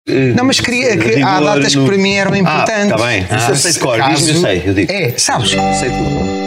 Não, mas queria que há datas que para mim eram importantes. Está bem, isso eu sei de cor, diz-me, eu sei, eu digo. É, sabes? Sei tudo.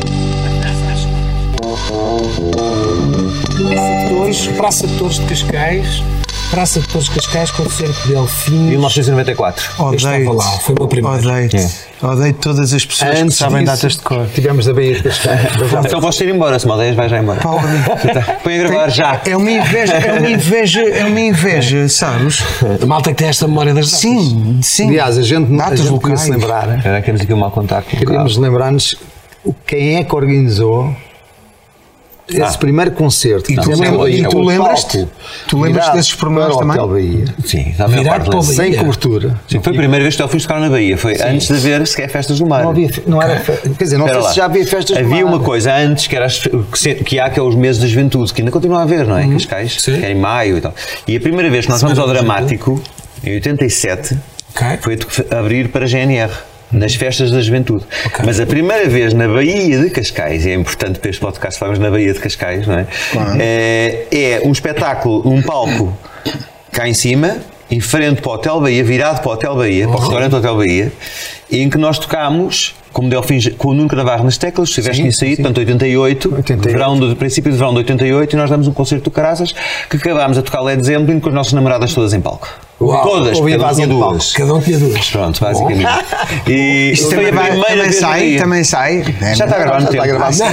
Praça de Torres de Cascais. Praça de Torres de Cascais, concerto de Delfins. 1994. Eu estava lá, foi o meu primeiro. Odeio todas as pessoas que sabem datas de cor. Tivemos a Baía de Cascais. Então posso ir embora, se me odeias, vai já embora. Põe a gravar já. É uma inveja, sabes? A malta que tem esta memória das datas. Sim. Aliás, a gente Datas locais. se lembrar. Agora temos aqui um mau contacto. Queríamos lembrar-nos quem é que organizou esse primeiro concerto. E tu lembras-te desses pormenores também? Hotel Bahia. Sim, já me Virado para o Bahia. Sem cobertura. Sim, foi a primeira vez que Delfins tocaram na Bahia. Foi antes de haver sequer festas do mar. Não era, quer dizer, não sei se já havia festas do mar. Havia uma coisa antes que era que é os meses da juventude, que ainda continua a haver, não é? Cascais, que é em maio e tal. E a primeira vez que nós vamos ao Dramático, em 87, foi abrir para a GNR. Nas festas da juventude. Mas a primeira vez na Baía de Cascais, e é importante para este podcast falarmos na Baía de Cascais, não é? Claro. É um espetáculo, um palco cá em cima, em frente para o Hotel Bahia, virado para o Hotel Bahia, para o restaurante Hotel Bahia, em que nós tocámos, como Delfins, com o Nuno Navarro nas teclas, se tiveste saído, portanto 88, princípio de verão de 88, e nós damos um concerto do Caraças, que acabámos a tocar Led Zeppelin com as nossas namoradas todas em palco. Uau, todas, cada um tinha duas. Cada um tinha duas. Pronto, basicamente. E isto foi a primeira vez também sai. Já está a gravar no tempo.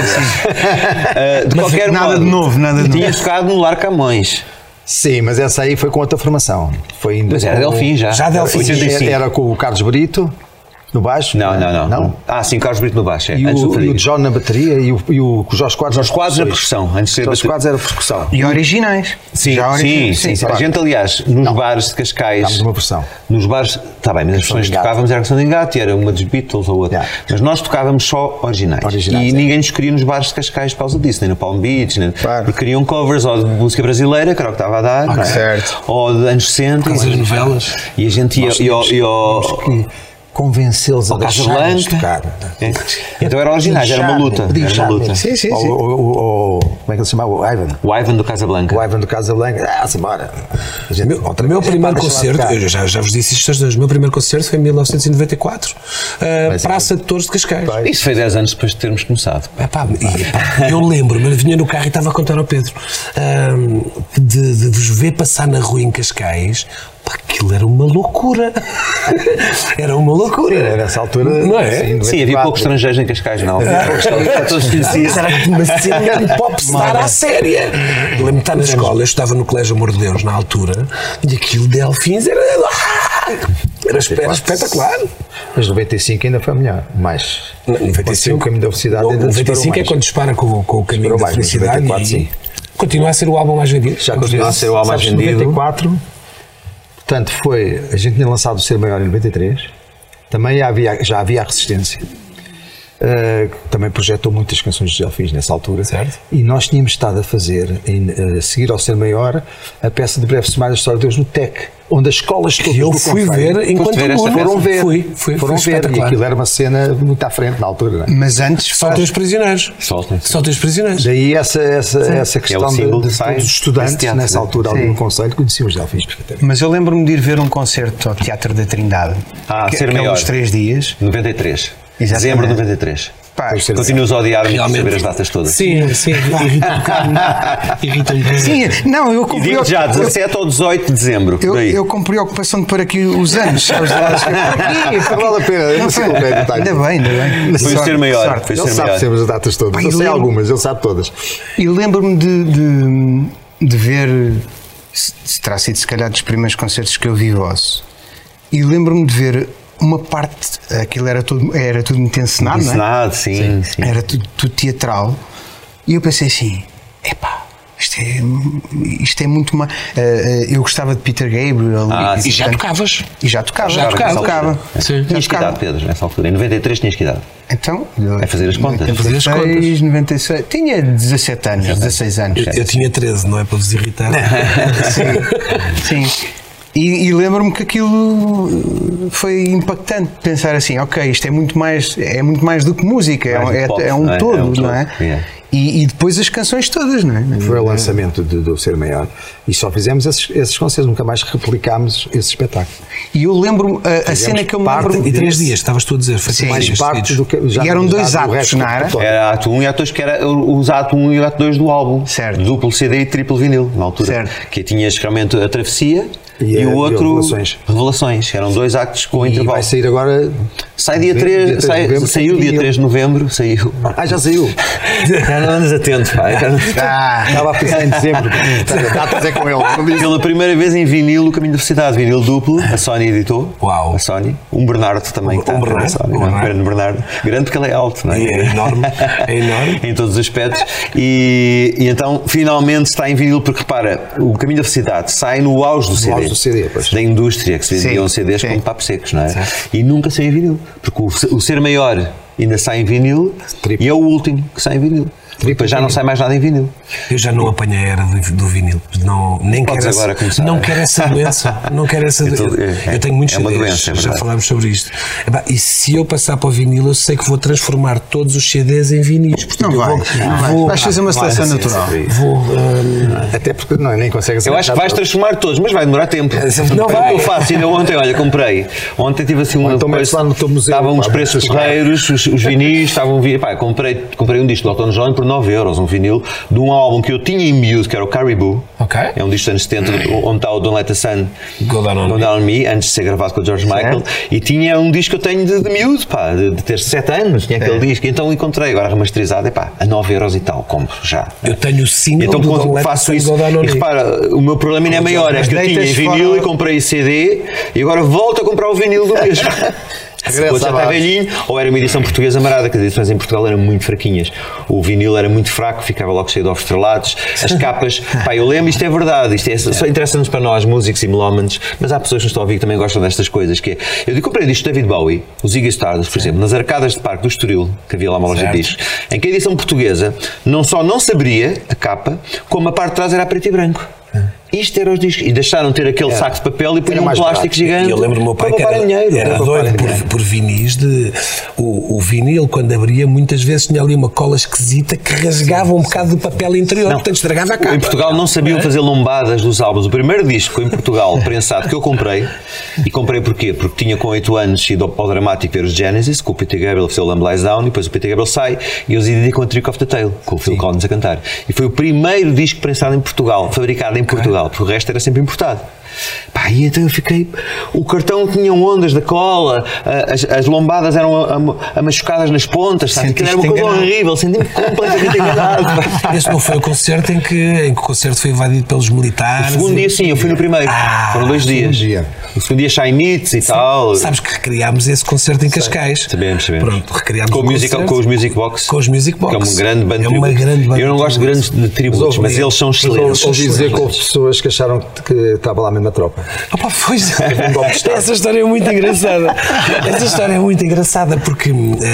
De qualquer nada modo, de novo, nada de novo. Tinha tocado no Lar Camões. Sim, mas essa aí foi com outra formação. Foi ainda Mas era Delfim já. Já Delfim. Era com o Carlos Brito. No baixo? Não. Sim, Carlos Brito no baixo. E o John na bateria e o Jorge Quadros. Jorge Quadros na percussão. Jorge Quadros era percussão. E originais. Sim. A gente, aliás, nos bares de Cascais. Damos uma versão. Nos bares. Está bem, mas as pessoas tocávamos era a canção de engate, era uma dos Beatles ou outra. Mas nós tocávamos só originais. E ninguém nos queria nos bares de Cascais por causa disso, nem no Palm Beach, porque queriam covers ou de música brasileira, que era o que estava a dar. Certo. Ou de anos 60. As novelas. E a gente ia. Convencê-los a deixarem-nos tocar. Então era originais, era uma luta. Sim. Como é que ele se chamava? O Ivan. O Ivan do Casablanca. O Ivan do Casablanca. Embora. O meu primeiro concerto, eu já vos disse isto, o meu primeiro concerto foi em 1994, Praça de Torres de Cascais. Isso foi 10 anos depois de termos começado. Eu lembro-me, vinha no carro e estava a contar ao Pedro de vos ver passar na rua em Cascais. Aquilo era uma loucura. Era uma loucura. Era nessa altura. Não é? Sim, havia poucos estrangeiros em Cascais, não. Todos conheciam. Era uma cena de popstar à séria. Eu lembro de estar na escola, eu estava no Colégio Amor de Deus na altura, e aquilo de Delfins era espetacular. Mas 95 ainda foi melhor. Mais. 95 o caminho da velocidade. 95 é quando dispara com o caminho da felicidade. 94, sim. Continua a ser o álbum mais vendido. Já continua a ser o álbum mais vendido. 94. Portanto, a gente tinha lançado o Ser Maior em 93, também já havia a Resistência, também projetou muitas canções de Delfins nessa altura, certo. E nós tínhamos estado a fazer, a seguir ao Ser Maior, a peça de Breve Semana da História de Deus no TEC, onde as escolas todas eu fui ver enquanto foram ver, foram ver, e aquilo era uma cena muito à frente na altura, não é? Mas antes soltem os prisioneiros. Soltem os prisioneiros. Daí essa questão dos estudantes nessa altura ali no Conselho conheciam os Delfins perfeitamente. Mas eu lembro-me de ir ver um concerto ao Teatro da Trindade, Ser Maior, uns 3 dias. 93. Exatamente. Dezembro de 93. Continuas a odiar-me por saber as datas todas. Sim, irrita-me. Sim, não, eu comprei. Digo já, 17 ou 18 de dezembro. Eu com preocupação de pôr aqui os anos. Vale a pena, ainda bem. Foi o Ser Maior. Ele sabe sempre as datas todas. Eu sei algumas, ele sabe todas. E lembro-me de ver, se terá sido se calhar dos primeiros concertos que eu vi vosso, e lembro-me de ver uma parte, aquilo era tudo muito encenado, não é? Encenado, sim. Era tudo teatral, e eu pensei assim, isto é muito mais. Eu gostava de Peter Gabriel. E já tocavas. Já tocava. Tinhas que idade, Pedro, nessa altura. Em 93 tinhas que idade. Então, é fazer as contas. 96, tinha 17 anos, 16 anos. Eu tinha 13, não é para vos irritar. Sim. E lembro-me que aquilo foi impactante, pensar assim, ok, isto é muito mais do que música, é um todo, não é? E depois as canções todas, não é? Foi o lançamento do Ser Maior e só fizemos esses concertos, nunca mais replicámos esse espetáculo. E eu lembro-me, a cena que eu me lembro... E 3 dias, estavas tu a dizer, foi mais parte do que... E eram 2 atos, não era? Era ato 1 e ato 2, que era os ato 1 e o ato 2 do álbum. Certo. Duplo CD e triplo vinil, na altura. Certo. Que tinhas realmente a Travessia e o outro... Revelações. Eram 2 actos com intervalo. Vai sair agora... Sai dia 3, saiu dia 3 de novembro, saiu. Já saiu. Já não andas atento, pá. Estava a pensar em dezembro. Datas é com ele. Pela primeira vez em vinil, o Caminho da Felicidade, vinil duplo, a Sony editou. Uau. A Sony. Bernardo também está. Bernardo. Sony, grande Bernardo. Grande porque ele é alto, não é? É enorme. É enorme. Em todos os aspectos. E então, finalmente está em vinil, porque repara, o Caminho da Felicidade sai no auge do CD. Da indústria, que se vendiam CDs como papos secos, não é? Sim. E nunca sai em vinil. Porque o Ser Maior ainda sai em vinil e é o último que sai em vinil. Depois já não sai mais nada em vinil. Eu já não apanhei a era do vinil. Nem quero agora começar. Não quero essa doença. Não quero essa doença. Eu tenho muitos CDs, doença, já falámos sobre isto. E se eu passar para o vinil, eu sei que vou transformar todos os CDs em vinis. Portanto, vais fazer uma seleção natural. Até porque nem consegues. Eu acho que vais transformar todos, mas vai demorar tempo. Não vai. Eu faço. Ainda ontem, olha, comprei. Ontem tive assim uma. Lá no teu museu. Estavam os preços porreiros, os vinis, estavam. Comprei um disco do Elton John por 9€, um vinil, de um álbum que eu tinha em miúdo, que era o Caribou. Okay. É um disco dos anos 70, onde está o Don't Let the Sun Go Down on Me, antes de ser gravado com o George Michael. E tinha um disco que eu tenho de miúdo, pá, de ter 7 anos, tinha aquele disco. Então encontrei, agora remasterizado, a 9€ e tal, compro já. Eu tenho o single então, do Don't Let the Sun Go Down on Me. E repara, o meu problema ainda é maior, é que eu tinha em vinil e comprei CD e agora volto a comprar o vinil do mesmo. Ou já está velhinho, ou era uma edição portuguesa marada, que as edições em Portugal eram muito fraquinhas. O vinil era muito fraco, ficava logo cheio de ovos estrelados. As capas, pá, eu lembro, isto é verdade, só interessa-nos para nós, músicos e melómanos, mas há pessoas que nos estão a ouvir que também gostam destas coisas. Que é, eu comprei disco de David Bowie, o Ziggy Stardust, por exemplo, nas arcadas de parque do Estoril, que havia lá uma loja de discos, em que a edição portuguesa não só não se abria a capa, como a parte de trás era a preto e branco. Isto era os discos. E deixaram de ter aquele saco de papel e punham um plástico gigante. E eu lembro do meu pai que era doido por vinis. O vinil, quando abria, muitas vezes tinha ali uma cola esquisita que rasgava um bocado do papel interior. Portanto, estragava a capa. Em Portugal não sabiam fazer lombadas dos álbuns. O primeiro disco em Portugal, prensado, que eu comprei. E comprei porquê? Porque tinha com 8 anos ido ao dramático ver os Genesis, com o Peter Gabriel, o Lamb Lies Down, e depois o Peter Gabriel sai e eles dedicam a Trick of the Tail, com o Phil Collins a cantar. E foi o primeiro disco prensado em Portugal, fabricado em Portugal. Porque o resto era sempre importado. Pá, e então eu fiquei. O cartão tinha ondas da cola, as lombadas eram machucadas nas pontas, sabe? Era uma coisa horrível, senti-me completamente enganado. Esse não foi o concerto em que o concerto foi invadido pelos militares? O segundo dia, sim, eu fui no primeiro. Foram 2 dias. O segundo dia, Shinites e tal. Sabes que recriámos esse concerto em Cascais. Sabemos. Pronto, recriámos com os Music Box. Com os Music Box. Que é uma grande banda. Eu não gosto de grandes tributos, mas eles são excelentes. Ouvi dizer que houve pessoas que acharam que estava lá mesmo a tropa. Pois, essa história é muito engraçada. Essa história é muito engraçada porque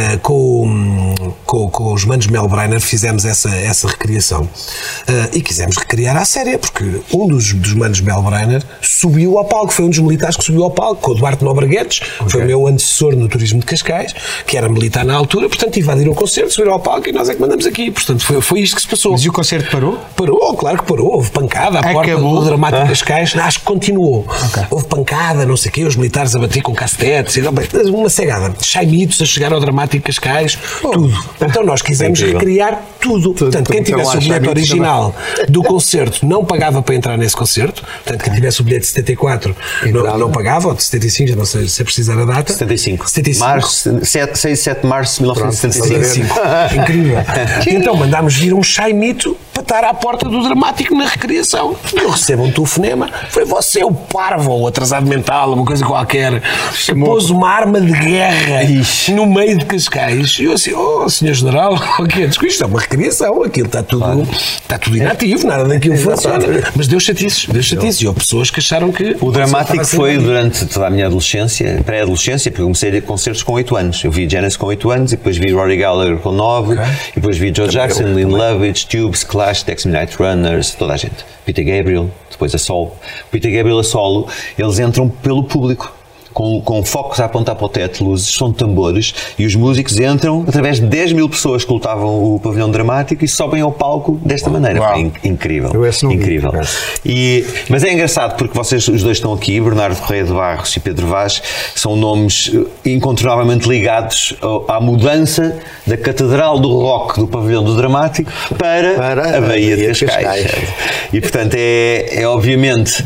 com os manos Mel Brainer fizemos essa recriação e quisemos recriar à séria, porque um dos manos Mel Brainer subiu ao palco, foi um dos militares que subiu ao palco, com o Duarte Nobreguetes, foi o meu antecessor no turismo de Cascais, que era militar na altura, portanto invadiram o concerto, subiram ao palco e nós é que mandamos aqui, portanto foi isto que se passou. Mas e o concerto parou? Parou, claro que parou, houve pancada à porta do dramático de Cascais, acho que continuou. Houve pancada, não sei o quê, os militares a bater com castetes, uma cegada, chaimitos a chegar ao dramático de Cascais, tudo. Então nós quisemos recriar tudo. Portanto, quem tivesse o bilhete original do concerto não pagava para entrar nesse concerto. Portanto, quem tivesse o bilhete de 74 não pagava, ou de 75, já não sei se é precisar a data. 75. 6 e 7 de março de 1975. Incrível. Então mandámos vir um chaimito para estar à porta do dramático na recriação. E eu recebo um telefonema. Foi você, o parvo, ou atrasado mental, uma coisa qualquer. Pôs uma arma de guerra no meio de Cascais. E eu assim, senhor general, o que é? Isto é uma recriação, aquilo está tudo inativo, nada daquilo funciona. Mas deu chatices. E houve pessoas que acharam que... O dramático foi durante toda a minha adolescência, pré-adolescência, porque eu comecei a ir a concertos com 8 anos. Eu vi Genesis com 8 anos, e depois vi Rory Gallagher com 9, e depois vi Joe Jackson, Lynn Lovitch, Tubes, Clash, Tex Midnight Runners, toda a gente. Peter Gabriel, depois a solo. Peter Gabriel a solo, eles entram pelo público. com focos a apontar para o teto, luzes, som de tambores, e os músicos entram através de 10 mil pessoas que lutavam o pavilhão dramático e sobem ao palco desta maneira. Foi incrível. Incrível. Mas é engraçado porque vocês, os dois estão aqui, Bernardo Correia de Barros e Pedro Vaz, são nomes incontornavelmente ligados à mudança da Catedral do Rock do pavilhão do Dramático para a Baía de Cascais. E portanto é obviamente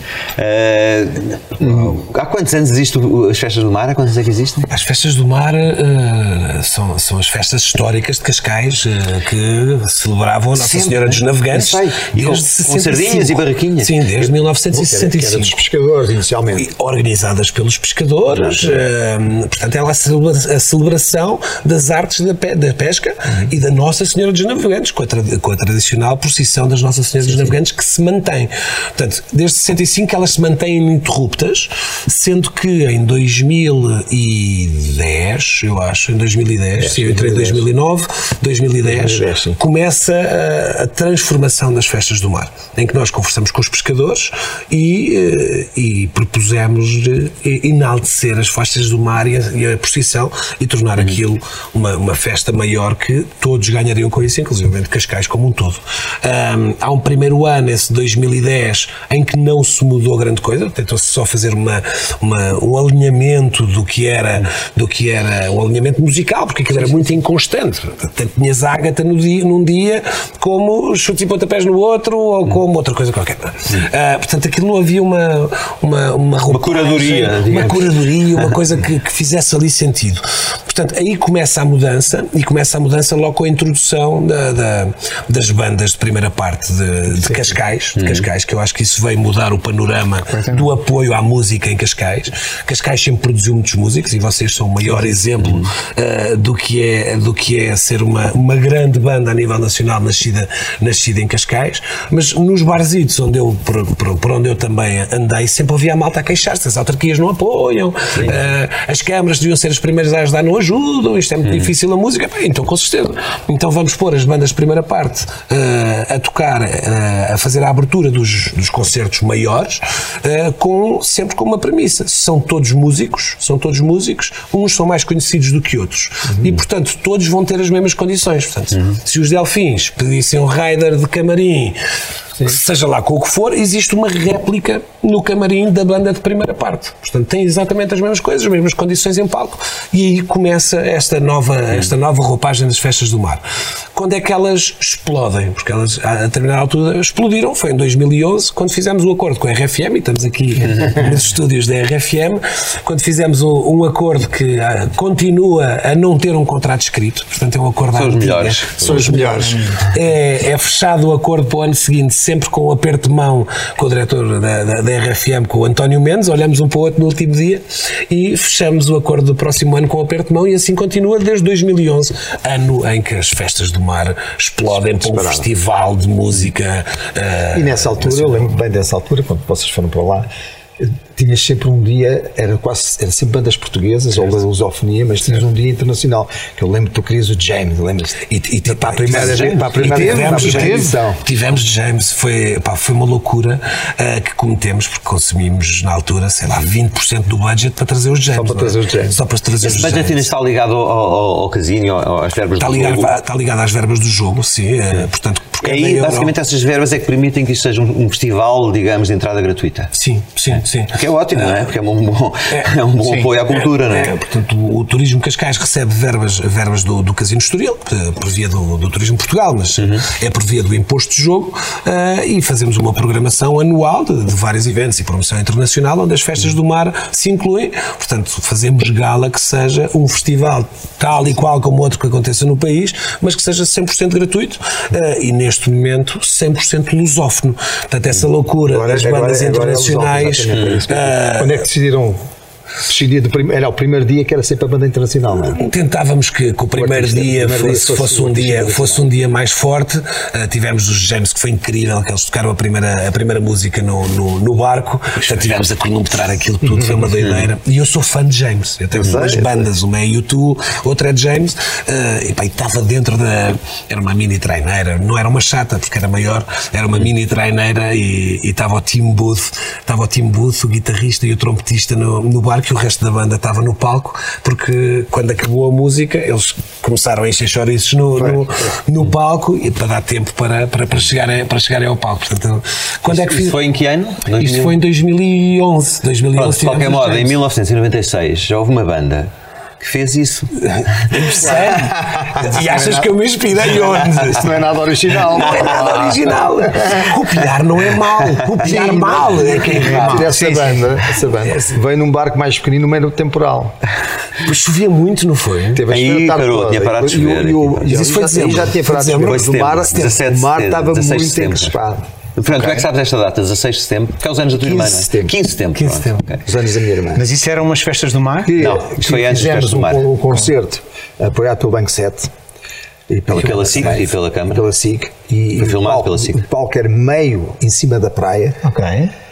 há quantos anos existem as Festas do Mar? Há quantos é que existem? As Festas do Mar são as festas históricas de Cascais que celebravam a Nossa Senhora dos Navegantes com sardinhas e barraquinhas. Sim, desde 1965. Era dos pescadores inicialmente. Organizadas pelos pescadores, portanto ela é a celebração das artes da pesca e da Nossa Senhora dos Navegantes, com a tradicional procissão das Nossa Senhora dos Navegantes que se mantém. Portanto, desde 65 elas se mantêm ininterruptas, sendo que em 2010, eu acho, em 2010, eu entrei em 2009, 2010, começa a transformação das Festas do Mar, em que nós conversamos com os pescadores e propusemos enaltecer as Festas do Mar e a procissão e tornar aquilo uma festa maior que todos ganhariam com isso, inclusive Cascais como um todo. Há um primeiro ano, esse 2010, em que não se mudou grande coisa, tentou-se só fazer um alinhamento do que era um alinhamento musical, porque aquilo era muito inconstante. Tanto tinhas Ágata num dia, como chutes e pontapés no outro, ou como outra coisa qualquer. Portanto, aquilo não havia uma curadoria, uma coisa que fizesse ali sentido. Portanto, aí começa a mudança, e começa a mudança logo com a introdução das bandas de primeira parte de Cascais, que eu acho que isso veio mudar o panorama do apoio à música em Cascais. Cascais sempre produziu muitos músicos, e vocês são o maior exemplo do que é ser uma grande banda a nível nacional nascida em Cascais. Mas nos barzitos por onde eu também andei, sempre havia a malta a queixar-se, as autarquias não apoiam, as câmaras deviam ser as primeiras a ajudar, não ajudam, isto é muito difícil a música. Então, com certeza, então vamos pôr as bandas de primeira parte a tocar, a fazer a abertura dos concertos maiores, sempre com uma premissa: são todos músicos, uns são mais conhecidos do que outros, e portanto todos vão ter as mesmas condições. Portanto, se os Delfins pedissem um rider de camarim, seja lá com o que for, existe uma réplica no camarim da banda de primeira parte. Portanto, tem exatamente as mesmas coisas, as mesmas condições em palco, e aí começa esta nova roupagem das Festas do Mar. Quando é que elas explodem? Porque elas, a determinada altura, explodiram. Foi em 2011, quando fizemos o acordo com a RFM, e estamos aqui nos estúdios da RFM, quando fizemos um acordo que continua a não ter um contrato escrito, portanto é um acordo à antiga. São os melhores. É fechado o acordo para o ano seguinte, sempre com um aperto de mão com o diretor da RFM, com o António Mendes, olhamos um para o outro no último dia e fechamos o acordo do próximo ano com o aperto de mão, e assim continua desde 2011, ano em que as Festas do Mar explodem para um festival de música. E nessa altura, eu lembro bem dessa altura, quando vocês foram para lá, tinhas sempre um dia, era sempre bandas portuguesas ou da lusofonia, mas tinhas um dia internacional, que eu lembro que tu querias o James, lembras? E para a primeira edição tivemos James, foi uma loucura que cometemos, porque consumimos na altura, sei lá, 20% do budget para trazer os James. Só para trazer os James. Esse budget ainda está ligado ao casino, às verbas do jogo? Está ligado às verbas do jogo, sim. Portanto, porque aí, basicamente, essas verbas é que permitem que isto seja um festival, digamos, de entrada gratuita. Sim. Que é ótimo, não é? Porque é um bom apoio à cultura, não é? Portanto, o Turismo Cascais recebe verbas do Casino Estoril, por via do Turismo Portugal, mas é por via do imposto de jogo, e fazemos uma programação anual de vários eventos e promoção internacional, onde as Festas do Mar se incluem. Portanto, fazemos gala que seja um festival tal e qual como outro que aconteça no país, mas que seja 100% gratuito, e neste momento 100% lusófono. Portanto, essa loucura das bandas internacionais. Quando é que decidiram? Era o primeiro dia que era sempre a banda internacional, não é? Tentávamos que o primeiro dia fosse um dia mais forte. Tivemos os James, que foi incrível, que eles tocaram a primeira música no barco. Portanto, tivemos a cronometrar aquilo tudo, foi uma doideira. E eu sou fã de James. Eu tenho duas bandas, uma é U2, outra é de James, e estava dentro era uma mini traineira, não era uma chata porque era maior, era uma mini traineira, e estava o Tim Booth, o guitarrista e o trompetista no barco. barco e o resto da banda estava no palco, porque quando acabou a música eles começaram a encher chouriços no palco e para dar tempo para chegarem ao palco. Portanto, quando é que isso foi em que ano? Isto foi em 2011. Pronto, de qualquer modo, em 1996 já houve uma banda que fez isso. Sério? E achas que eu me inspirei onde? Isso não é nada original. Não é nada original. Copiar não é mau. Copiar mal é que é mau. Essa banda veio num barco mais pequenino no meio do temporal. Mas chovia muito, não foi? Teve aí parou, tinha parado de chover. Isso foi dezembro. Já tinha parado de chover. O mar estava muito encrespado. Fernando, tu é que sabes esta data, 16 de setembro? Porque é os anos da tua irmã, 15 de setembro. Okay. Os anos da minha irmã. Mas isso eram umas festas do mar? Não, isto foi antes das festas do mar. Um concerto apoiado pelo Banco 7. E pela SIC e pela Câmara. Pela SIC. Foi filmado pela SIC. O palco era meio em cima da praia. Ok.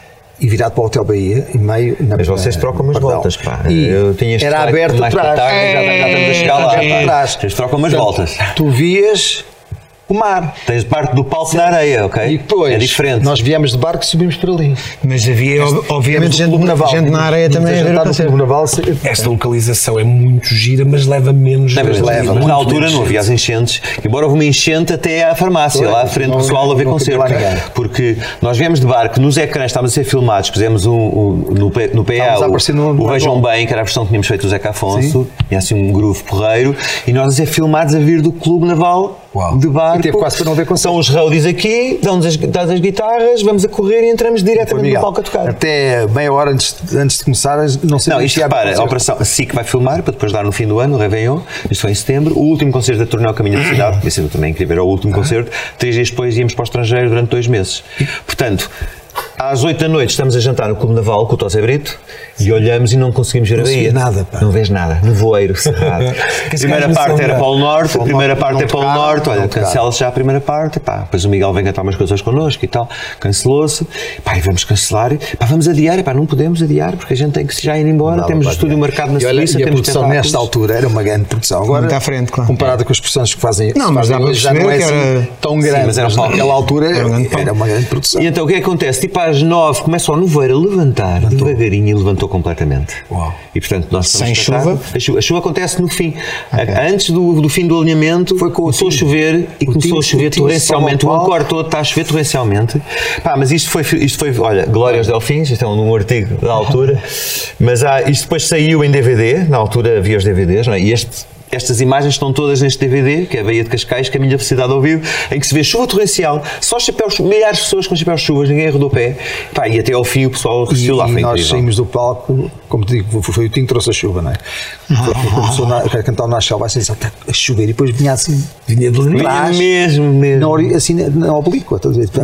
E virado para o Hotel Bahia e meio na. Mas vocês trocam umas voltas, pá. Eu tinha era aberto atrás. Já estamos a chegar lá. Vocês trocam umas voltas. Tu vias o mar. Tens parte do palco na areia, ok? E depois, é diferente. Nós viemos de barco e subimos para ali. Mas havia, obviamente, gente na areia também a ver o concerto. Esta localização é muito gira, mas leva menos. Mas na altura não havia as enchentes. Embora houve uma enchente até à farmácia, lá à frente, o pessoal a ver concerto. Porque nós viemos de barco, nos ecrãs estávamos a ser filmados, pusemos no PA o Vejam Bem, que era a versão que tínhamos feito o Zeca Afonso, e assim um groove porreiro, e nós a ser filmados a vir do Clube Naval. De barco, e teve quase para não ver são os roadies aqui, dão-nos as guitarras, vamos a correr e entramos diretamente no palco a tocar. Até meia hora antes de começar, não sei. Não, isto repara, a operação a SIC vai filmar para depois dar no fim do ano, o Réveillon, isto foi em setembro, o último concerto da turnê ao Caminho da Cidade, ia ser também incrível, era o último concerto, 3 dias depois íamos para o estrangeiro durante 2 meses. Portanto, às 8 da noite estamos a jantar no Clube Naval com o Tosé Brito e olhamos e não conseguimos ver a Bahia. Nada, pá. Não vês nada, nevoeiro, cerrado. A primeira parte era Polo Norte, a primeira parte é Polo Norte, olha, cancela-se já a primeira parte, pá, depois o Miguel vem cantar umas coisas connosco e tal, cancelou-se, pá, e vamos cancelar, pá, vamos adiar, pá, não podemos adiar porque a gente tem que já ir embora, temos o estúdio marcado na Suíça, e a temos produção nesta altura era uma grande produção. Agora, muito à frente, claro. Comparada com as produções que fazem, não, mas já não é assim tão grande, mas naquela altura era uma grande produção. E então o que acontece? Tipo às 9 começa o nevoeiro a levantar devagarinho e levantou completamente. Uau. E portanto nós sem chuva? A chuva acontece no fim. Antes do fim do alinhamento começou a chover e começou a chover torrencialmente. O Encore todo está a chover torrencialmente. Pá, mas isto foi, olha, Glória aos Delfins, isto é um artigo da altura, mas isto depois saiu em DVD, na altura havia os DVDs, não é? E estas imagens estão todas neste DVD, que é a Baía de Cascais, Caminho da Felicidade ao vivo, em que se vê chuva torrencial, só chapéus, milhares de pessoas com chapéus de chuvas, ninguém arredou pé, pá, e até ao fim o pessoal resistiu lá. E nós saímos do palco, como te digo, foi o Tim que trouxe a chuva, não é? Começou a cantar o Nascel, vai assim, a chover, e depois vinha assim, vinha de trás, mesmo. Assim, na oblíqua,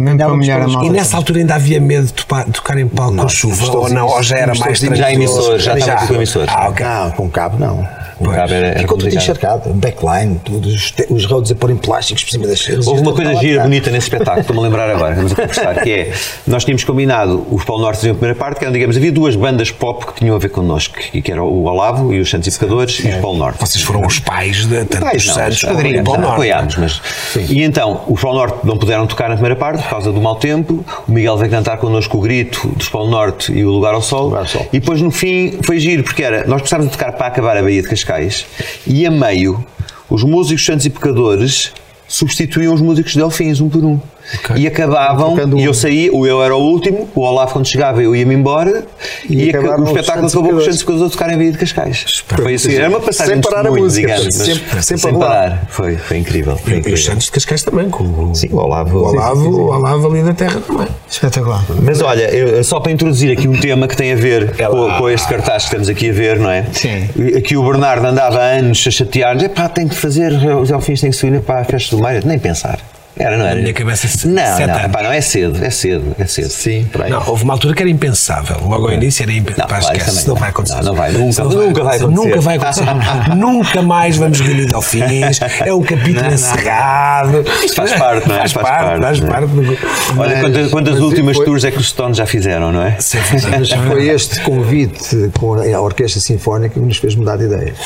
e nessa altura ainda havia medo de tocar em palco com chuva, ou não, ou já era mais já emissor, já estava com emissor. Com cabo não. Ficou tudo encharcado, backline, tudo, os roads a porem plásticos por cima das cheiras. Houve uma coisa gira, bonita nesse espetáculo, estou-me a lembrar agora, vamos a conversar, que é, nós tínhamos combinado, os Polo Norte faziam a primeira parte, que eram, digamos, havia 2 bandas pop que tinham a ver connosco, que era o Olavo e os Santos e Pecadores e os Polo Norte. Vocês foram os pais de tantos Santos, apoiámos, mas... E então, os Polo Norte não puderam tocar na primeira parte, por causa do mau tempo, o Miguel veio cantar connosco o Grito dos Polo Norte e o Lugar ao Sol, e depois no fim foi giro, porque nós começámos a tocar para acabar a Baía de Cascais, e a meio, os músicos Santos e Pecadores substituíam os músicos de Delfins, um por um. Okay. E acabavam, e eu saía, eu era o último, o Olavo quando chegava eu ia-me embora, e o espetáculo acabou com os Santos e Pecadores a tocarem a Baía de Cascais. Foi assim, era uma passagem sem parar a música, digamos, sem parar. Foi incrível. E os Santos de Cascais também, sim, o Olavo. O Olavo ali da terra também. Espetacular. Mas olha, só para introduzir aqui um tema que tem a ver com este cartaz que estamos aqui a ver, não é? Sim. Aqui o Bernardo andava há anos a chatear-nos, tem que fazer, os Delfins têm que subir para a festa do mar, nem pensar. Era, não era? Na minha cabeça, não, não, é cedo. Sim, por aí. Não, houve uma altura que era impensável. Logo ao início era impensável. Esquece, não vai acontecer. Não vai, nunca vai acontecer. Nunca vai acontecer. Nunca mais vamos reunir Delfins. É um capítulo encerrado. Isso faz parte, não é? Faz parte. Olha, quantas últimas tours é que os Stones já fizeram, não é? Sim, foi este convite com a Orquestra Sinfónica que nos fez mudar de ideias.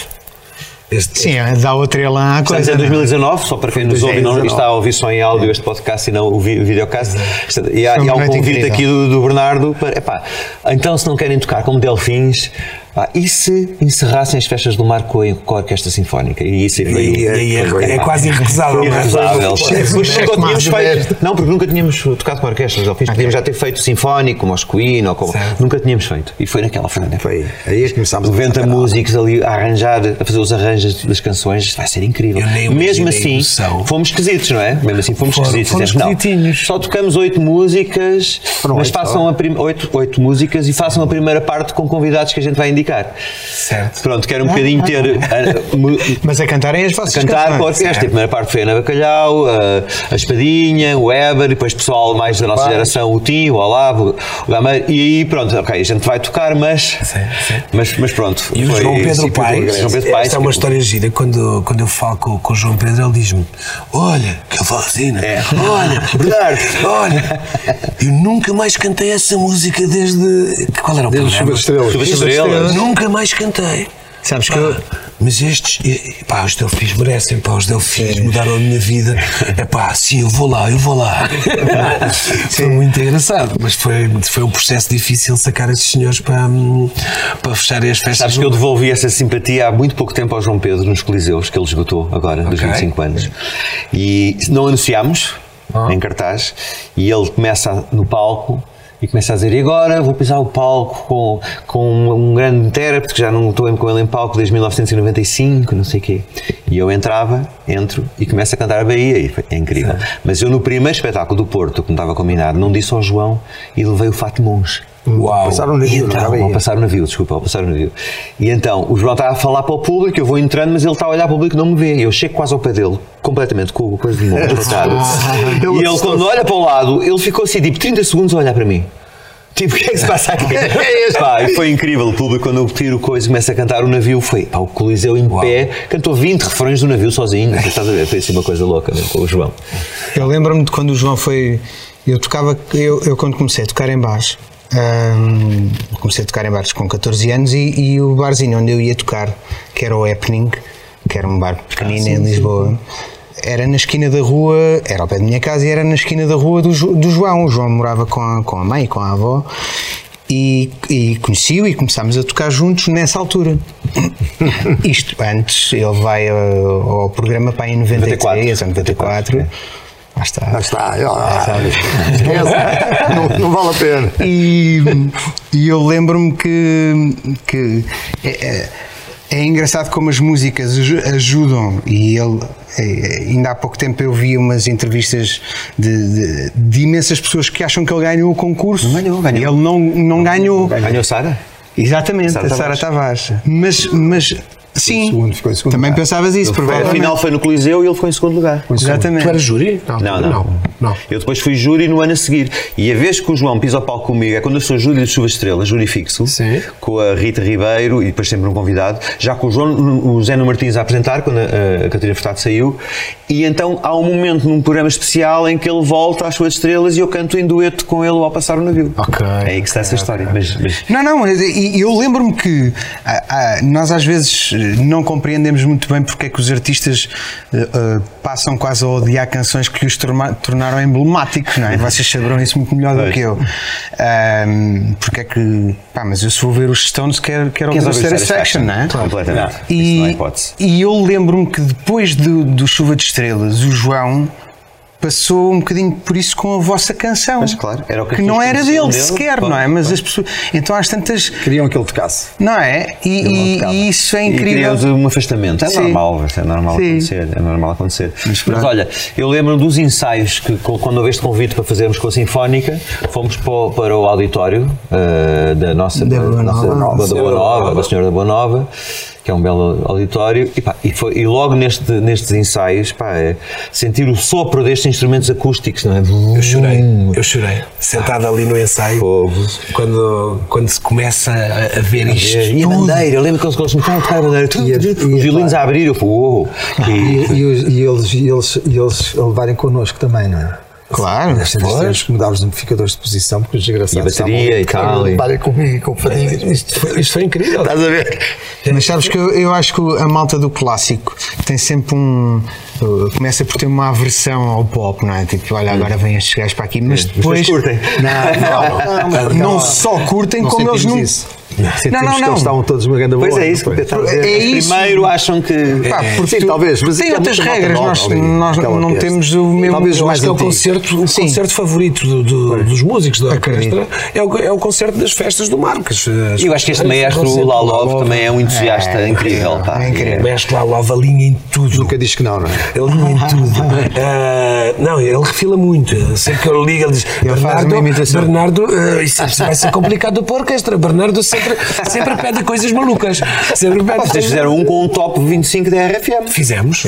Sim, dá outra elã à coisa. Estamos em 2019, só para quem nos ouve não está a ouvir só em áudio este podcast e não o videocast. E há um convite aqui do Bernardo para, então se não querem tocar como Delfins, E se encerrassem as festas do mar com a Orquestra Sinfónica? E isso é quase irrecusável. Não, porque nunca tínhamos tocado com orquestras. Podíamos já ter feito sinfónico, como os Queen, ou como... Nunca tínhamos feito. E foi naquela frente. Foi aí que começámos 90 músicos ali a arranjar, a fazer os arranjos das canções. Vai ser incrível. Mesmo assim, fomos esquisitos, não é? Mesmo assim, fomos esquisitos. Não, só tocamos 8 músicas, mas façam 8 músicas e façam a primeira parte com convidados que a gente vai indicar. Certo. Pronto, quero um bocadinho ter... Mas a cantarem as vossas canções. Cantar com a orquestra. A primeira parte foi a Ana Bacalhau, a Espadinha, o Weber, depois pessoal mais da nossa geração, o Tim, o Olavo, o Gameiro, e aí pronto, ok, a gente vai tocar, mas pronto. E o João Pedro Paes, esta é uma história gira, quando eu falo com o João Pedro, ele diz-me, olha, que ele fala assim, né? Olha, Bernardo, olha, eu nunca mais cantei essa música desde... Qual era o programa? Chuva de Estrelas. Nunca mais cantei. Sabes que eu... Mas estes, os Delfins merecem, os Delfins mudaram a minha vida. Sim, eu vou lá. Foi muito engraçado, mas foi um processo difícil sacar esses senhores para fecharem as festas. Sabes que eu devolvi essa simpatia há muito pouco tempo ao João Pedro nos Coliseus, que ele esgotou agora, dos 25 anos. E não anunciámos em cartaz, e ele começa no palco e começa a dizer, e agora vou pisar o palco com um grande intérprete, que já não estou com ele em palco desde 1995, não sei o quê. E eu entro e começo a cantar a Bahia, e é incrível. Sim. Mas eu no primeiro espetáculo do Porto, como estava combinado, não disse ao João e levei o fato monge. Uau! Passaram o navio, ao passar o navio. E então, o João está a falar para o público, eu vou entrando, mas ele está a olhar para o público e não me vê. E eu chego quase ao pé dele, completamente, com a coisa de monge. E ele, quando olha para o lado, ele ficou assim, tipo, 30 segundos a olhar para mim. Tipo, o que é que se passa aqui? E foi incrível, o público, quando eu tiro coisa e começa a cantar o navio, foi o Coliseu em pé, cantou 20 refrões do navio sozinho. Estás a ver? Foi assim uma coisa louca mesmo, com o João. Eu lembro-me de quando o João foi... Eu quando comecei a tocar em bares, comecei a tocar em bares com 14 anos e o barzinho onde eu ia tocar, que era o Happening, que era um bar pequenino em Lisboa, era na esquina da rua, era ao pé da minha casa e era na esquina da rua do João. O João morava com a mãe e com a avó e conheci-o e começámos a tocar juntos nessa altura. Isto antes, ele vai ao programa para em 93 ou 94. Lá está. Não vale a pena. E eu lembro-me que é engraçado como as músicas ajudam. E ele, ainda há pouco tempo eu vi umas entrevistas de imensas pessoas que acham que ele ganhou o concurso. Não ganhou. Ele não ganhou. Ganhou Sara? Exatamente, a Sara Tavares. Mas sim, ficou em segundo também lugar. pensavas isso, provavelmente. Afinal foi no Coliseu e ele foi em segundo lugar. Exatamente. Tu eras júri? Não. Eu depois fui júri no ano a seguir. E a vez que o João pisa ao palco comigo é quando eu sou júri de Chuva de Estrelas, júri fixo, com a Rita Ribeiro e depois sempre um convidado, já com o Zé Martins a apresentar, quando a Catarina Furtado saiu. E então há um momento num programa especial em que ele volta às Chuva de Estrelas e eu canto em dueto com ele ao passar o navio. É aí que está essa história. Mas... Não, eu lembro-me que nós às vezes não compreendemos muito bem porque é que os artistas passam quase a odiar canções que os tornaram emblemáticos, não é? Vocês saberão isso muito melhor do que eu. Porque é que... mas eu se vou ver os Stones quero ouvir Satisfaction, não é? Completamente. Isso não é hipótese. E eu lembro-me que depois do Chuva de Estrelas, o João passou um bocadinho por isso com a vossa canção. Mas claro, era o que não era dele sequer, não é? Mas as pessoas... Então às tantas... Queriam que ele tocasse. Não é? E isso é incrível. E criamos um afastamento. É normal acontecer. Mas olha, eu lembro dos ensaios que quando houve este convite para fazermos com a Sinfónica, fomos para o auditório da nossa Boa Nova, da Senhora da Boa Nova, que é um belo auditório, e logo nestes ensaios, sentir o sopro destes instrumentos acústicos, não é? Eu chorei, sentado ali no ensaio, quando se começa a ver isto. E a bandeira, eu lembro que eles começaram a tocar a bandeira, os violinos a abrir, e eles a levarem connosco também, não é? Claro, temos que mudar os amplificadores de posição porque os desgraçados e a bateria e tal. Parem comigo e com fadiga. Isto foi incrível. Estás a ver? Mas sabes que eu acho que a malta do clássico tem sempre começa por ter uma aversão ao pop, não é? Tipo, olha, agora vêm estes gajos para aqui, mas depois curtem. Não só curtem, como eles não. Sentimos que eles estavam todos uma grande boa. Pois é isso. Primeiro acham que... Sim, talvez. Mas tem outras regras, nós não temos o mesmo... Talvez mais que é o concerto favorito dos músicos da orquestra, é o concerto das festas do Marques. Eu acho que este maestro, o Lalov, também é um entusiasta incrível. É incrível. O maestro Lalov alinha em tudo. Nunca diz que não é? Ele alinha em tudo. Não, ele refila muito. Sempre que eu ligo, ele diz: Bernardo, isso vai ser complicado para a orquestra. Bernardo sempre pede coisas malucas. Vocês fizeram um com um top 25 da RFM. Fizemos.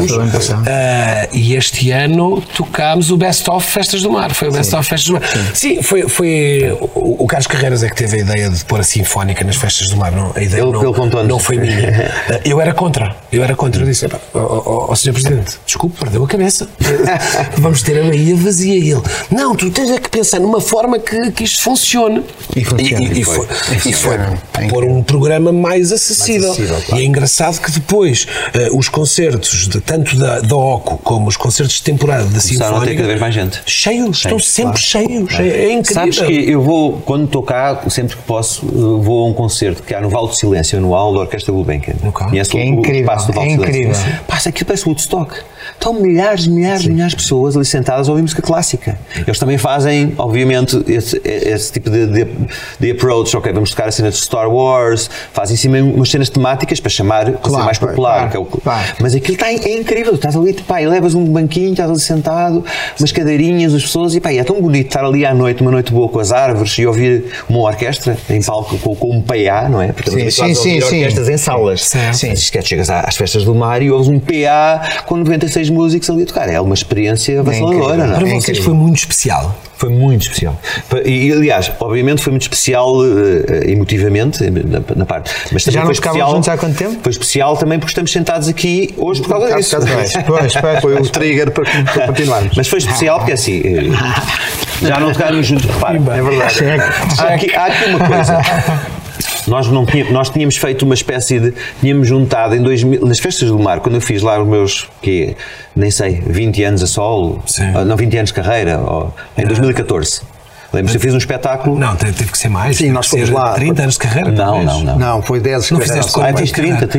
E este ano tocámos o Best of Festas do Mar. Foi o Best of Festas do Mar. Sim, foi o Carlos Carreiras é que teve a ideia de pôr a Sinfónica nas Festas do Mar. A ideia não foi minha. Eu era contra. Eu disse: ó Sr. Presidente, desculpe, perdeu a cabeça. Vamos ter a Bahia vazia. E ele: não, tu tens que pensar numa forma que isto funcione. E foi pôr um programa mais acessível. Claro. E é engraçado que depois os concertos, tanto da OCO como os concertos de temporada da Sinfónica, a ter cada vez mais gente. Cheios, estão sempre cheios. É incrível. Sabes que eu vou, quando estou cá, sempre que posso, vou a um concerto que há no Vale do Silêncio anual da Orquestra Gulbenkian. Conhece o espaço do Vale do Silêncio? Passa aquilo, parece Woodstock. Estão milhares de pessoas ali sentadas a ouvir música clássica. Eles também fazem, obviamente, esse tipo de approach. Ok, vamos tocar a cena de Star Wars, fazem sim umas cenas temáticas para chamar, para ser mais popular. Mas aquilo é incrível. Estás ali, e levas um banquinho, estás ali sentado, umas cadeirinhas, as pessoas, e é tão bonito estar ali à noite, uma noite boa com as árvores, e ouvir uma orquestra em palco com um PA, não é? Porque estamos habituados a ouvir orquestras em salas. Chegas às Festas do Mar e ouves um PA com 96 músicos ali a tocar. É uma experiência avassaladora, não é? Para vocês foi muito especial. Foi muito especial. E, aliás, obviamente foi muito especial emotivamente, na parte. Mas também já não ficávamos juntos há quanto tempo? Foi especial também porque estamos sentados aqui hoje por causa disso. Foi o trigger para continuarmos. Mas foi especial porque assim, já não tocámos juntos, repare. É verdade. Há aqui uma coisa. Nós tínhamos feito uma espécie de... Tínhamos juntado em 2000, nas Festas do Mar, quando eu fiz lá os meus, nem sei, 20 anos a solo, não, 20 anos de carreira, em 2014. Lembro-se, eu fiz um espetáculo... Não, teve que ser mais. Sim, nós fomos lá. 30 anos de carreira? Não, foi 10. Não fizeste com fiz 30.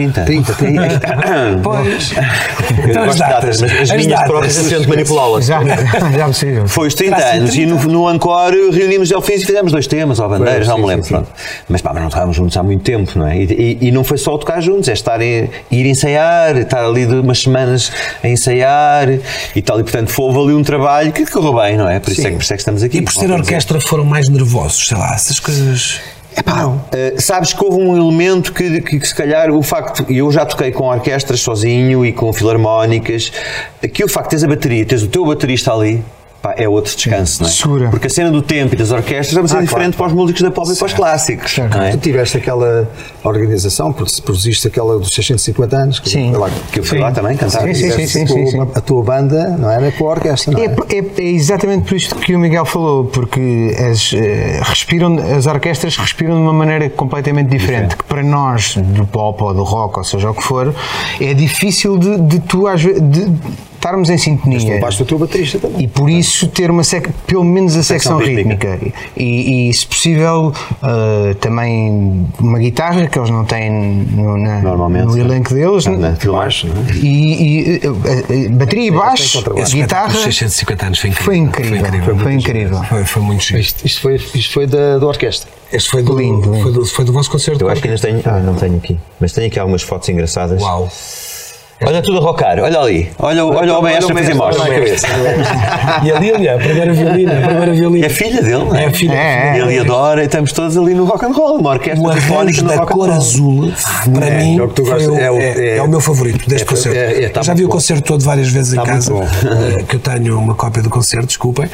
Pois. Então as datas. Mas as minhas próprias tento manipulá-las. Já possível. Foi os 30 anos e no Encore reunimos Delfins e fizemos 2 temas, ou bandeiras, não me lembro. Pronto. Mas não estávamos juntos há muito tempo, não é? E não foi só tocar juntos, é ir ensaiar, estar ali de umas semanas a ensaiar e tal. E portanto houve ali um trabalho que correu bem, não é? Por isso é que estamos aqui. E por ser orquestra foram mais nervosos, sei lá, essas coisas... Sabes que houve um elemento que se calhar o facto, e eu já toquei com orquestras sozinho e com filarmónicas, que o facto de teres a bateria, teres o teu baterista ali, é outro descanso, não é? Segura. Porque a cena do tempo e das orquestras é uma cena diferente para os músicos da pop e para os clássicos. Não é? Tu tiveste aquela organização, produziste aquela dos 650 anos, que eu fui lá também cantar. Sim. A tua banda, não era com a orquestra, não é? É exatamente por isto que o Miguel falou, porque as orquestras respiram de uma maneira completamente diferente, que para nós, do pop ou do rock, ou seja o que for, é difícil de tu às vezes... estarmos em sintonia. Basta o teu baterista também. E por isso ter pelo menos a secção rítmica. E se possível também uma guitarra que eles não têm no elenco deles. Filmagem. E bateria e baixo, guitarra. 650 anos foi incrível. Foi incrível. Foi muito giro. Isto foi da orquestra. Este foi do vosso concerto. Eu acho que ainda tenho. Não tenho aqui. Mas tenho aqui algumas fotos engraçadas. Uau! Olha tudo a rocar, olha ali, olha o maestro a fazer mostra. E a Lília, a primeira violina. É a filha dele, não é? É a filha dele. Ele adora e estamos todos ali no rock and roll, uma orquestra sinfónica no rock and roll. A cor azul, para mim, é o meu favorito deste concerto. Eu já vi o concerto todo várias vezes em casa, que eu tenho uma cópia do concerto, desculpem.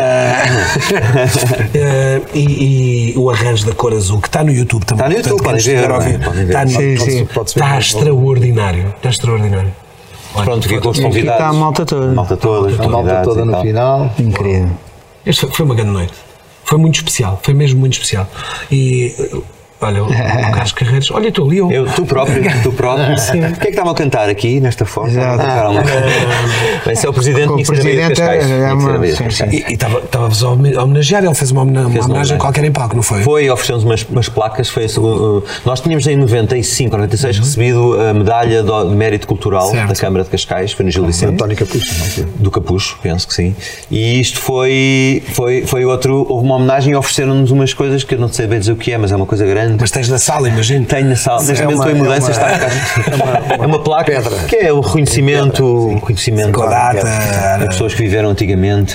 E o arranjo da cor azul, que está no YouTube também. Está no YouTube, podem ver. Está extraordinário. Pronto, aqui com os convidados. Está a malta toda. No final. Incrível. Este foi uma grande noite. Foi muito especial. Foi mesmo muito especial. E Olha, o Carlos Carreiros. Olha, tu ali. Tu próprio. Sim. O que é que estavam a cantar aqui, nesta foto? Esse é o presidente do Presidente e estava-vos a homenagear. Ele fez uma homenagem qualquer em palco, não foi? Foi, ofereceu-nos umas placas. Nós tínhamos em 95, 96 recebido a medalha de mérito cultural da Câmara de Cascais. Foi no Gil Vicente. António Capucho. Do Capucho, penso que sim. E isto foi outro. Houve uma homenagem e ofereceram-nos umas coisas que eu não sei bem dizer o que é, mas é uma coisa grande. Mas tens na sala, imagino. Tenho na sala. Neste momento estou em mudança. É uma placa que é o reconhecimento das pessoas que viveram antigamente.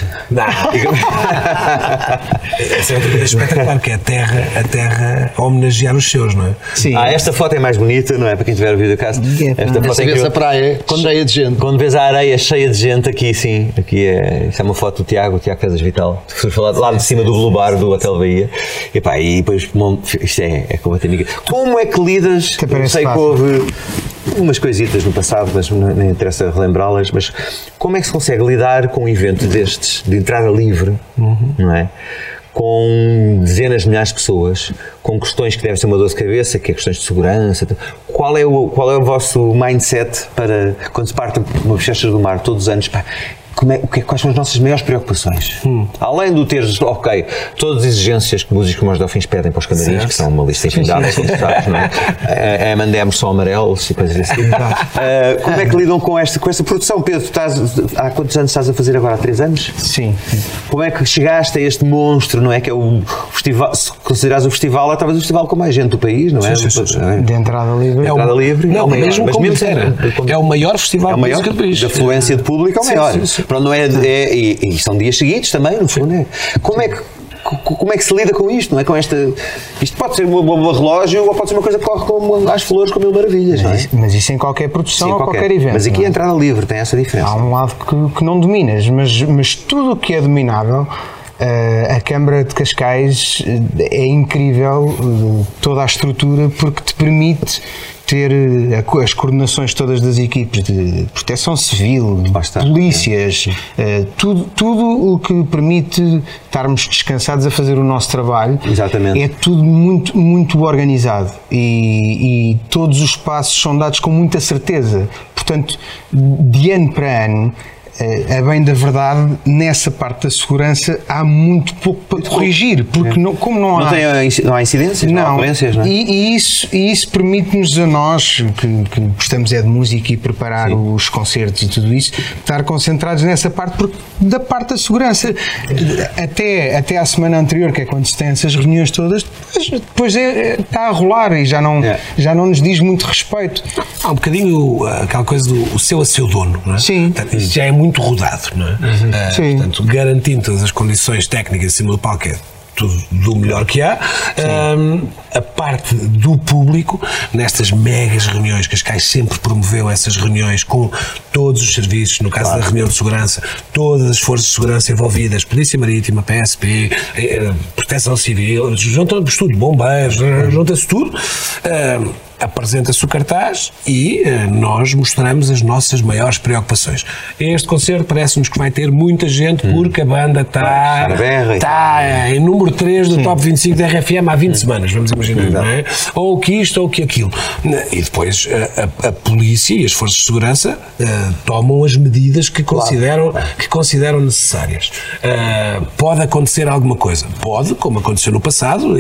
Essa é outra coisa espetacular, que é a terra a homenagear os seus, não é? Sim. Esta foto é mais bonita, não é? Para quem tiver o vídeo caso. Esta foto é vês a praia cheia de gente. Quando vês a areia cheia de gente aqui, sim. Isto é uma foto do Tiago Fezas Vital. Fui falar lá de cima do Blue Bar do Hotel Bahia. E depois isto é completamente. Como é que lidas? Sei que houve umas coisitas no passado, mas não interessa relembrá-las, mas como é que se consegue lidar com um evento destes, de entrada livre, não é? Com dezenas de milhares de pessoas, com questões que devem ser uma dor de cabeça, que é questões de segurança. Qual é o vosso mindset para, quando se parte uma Bochechas do Mar todos os anos, quais são as nossas maiores preocupações? Além do teres, todas as exigências que músicos como os Delfins pedem para os camarins, que são uma lista infindável, não é? M&M's só amarelos e coisas assim. Como é que lidam com essa produção? Pedro, há quantos anos estás a fazer agora? Há 3 anos? Sim. Como é que chegaste a este monstro, não é? Que é o festival, se consideras o festival, é talvez o festival com mais gente do país, não é? Sim. De entrada livre. Não, mesmo como é o maior festival de música do país. Da afluência de público é o maior. Pronto, não e são dias seguidos também, no fundo. Como é que se lida com isto? Não é? Com isto pode ser uma bomba relógio ou pode ser uma coisa que corre como às flores, com mil maravilhas. Mas isso em qualquer produção ou qualquer evento. Mas aqui a entrada livre tem essa diferença. Há um lado que não dominas, mas tudo o que é dominável. A Câmara de Cascais é incrível, toda a estrutura, porque te permite ter as coordenações todas das equipes de proteção civil, polícias, tudo o que permite estarmos descansados a fazer o nosso trabalho. Exatamente. É tudo muito, muito organizado e todos os passos são dados com muita certeza. Portanto, de ano para ano, a bem da verdade, nessa parte da segurança há muito pouco para corrigir, porque como não há incidências, não há ocorrências, não é? E isso permite-nos a nós, que gostamos de música e preparar os concertos e tudo isso, estar concentrados nessa parte, porque da parte da segurança, até à semana anterior, que é quando se tem essas reuniões todas, depois está a rolar e já não nos diz muito respeito. Há um bocadinho aquela coisa do seu a seu dono, não é? Sim. Portanto, isso já é muito rodado, não é? Portanto, garantindo todas as condições técnicas em cima do palco, é tudo do melhor que há. A parte do público, nestas megas reuniões, Cascais sempre promoveu essas reuniões com todos os serviços, no caso da reunião de segurança, todas as forças de segurança envolvidas, Polícia Marítima, PSP, Proteção Civil, junta-se tudo, bombeiros, junta-se tudo. Apresenta-se o cartaz e nós mostramos as nossas maiores preocupações. Este concerto parece-nos que vai ter muita gente porque a banda está em número 3 do top 25 da RFM há 20 semanas, vamos imaginar, não é? Ou que isto ou que aquilo. E depois a polícia e as forças de segurança tomam as medidas que consideram necessárias. Pode acontecer alguma coisa. Pode, como aconteceu no passado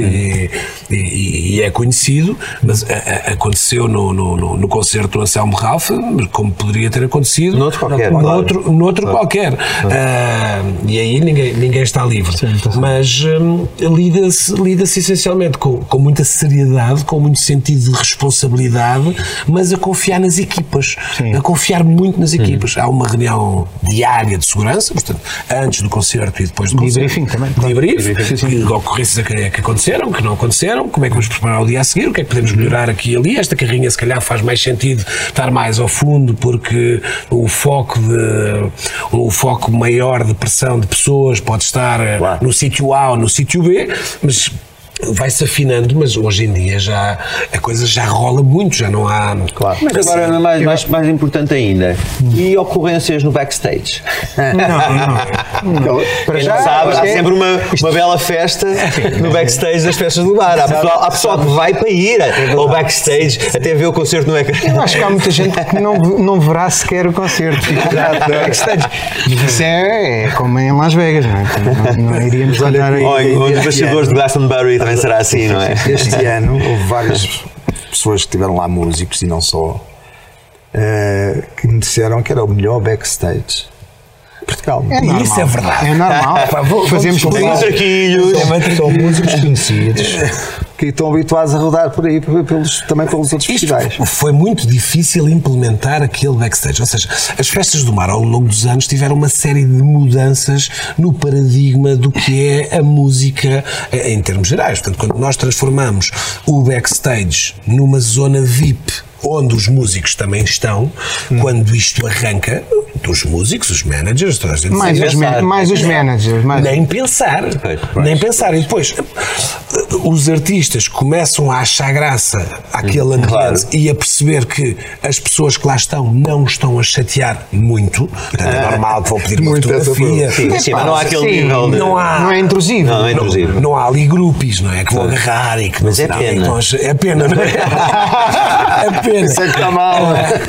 e é conhecido, mas aconteceu no concerto do Anselmo Ralph, como poderia ter acontecido noutro qualquer. E aí ninguém está livre. Mas lida-se essencialmente com muita seriedade, com muito sentido de responsabilidade, mas a confiar nas equipas, a confiar muito nas equipas. Há uma reunião diária de segurança, portanto, antes do concerto e depois do concerto. Debriefing também. Debriefing, ocorrências que aconteceram, que não aconteceram, como é que vamos preparar o dia a seguir, o que é que podemos melhorar aqui e ali. Esta carrinha se calhar faz mais sentido estar mais ao fundo, porque o foco maior de pressão de pessoas pode estar no sítio A ou no sítio B, mas vai-se afinando, mas hoje em dia já a coisa já rola muito, já não há... Claro. Mas agora, mais importante ainda, e ocorrências no backstage? Não. Para já, sabe, há sempre uma bela festa no backstage das festas do bar. Há pessoal que vai para ir ao backstage até ver o concerto no ecrã. Eu acho que há muita gente que não verá sequer o concerto. Backstage. Mas isso é como em Las Vegas, não iríamos andar aí. Os bastidores de Glastonbury também será assim, não é? Este ano houve várias pessoas que estiveram lá, músicos e não só, que me disseram que era o melhor backstage de Portugal. Isso é verdade. É normal. Fazemos São músicos conhecidos que estão habituados a rodar por aí também pelos outros festivais. Foi muito difícil implementar aquele backstage, ou seja, as festas do mar ao longo dos anos tiveram uma série de mudanças no paradigma do que é a música em termos gerais. Portanto, quando nós transformamos o backstage numa zona VIP onde os músicos também estão, quando isto arranca, os músicos, os managers, toda a gente mais os managers. Nem pensar. Nem pensar. E depois, os artistas começam a achar graça àquele ambiente e a perceber que as pessoas que lá estão não estão a chatear muito. Portanto, é normal que vão pedir uma fotografia. Sim, mas não há aquele nível de... Não é intrusivo. Não é intrusivo. Não há ali grupos, não é? Que vão agarrar e que... Mas é pena. É pena, não é? É pena. Isso é que está mal.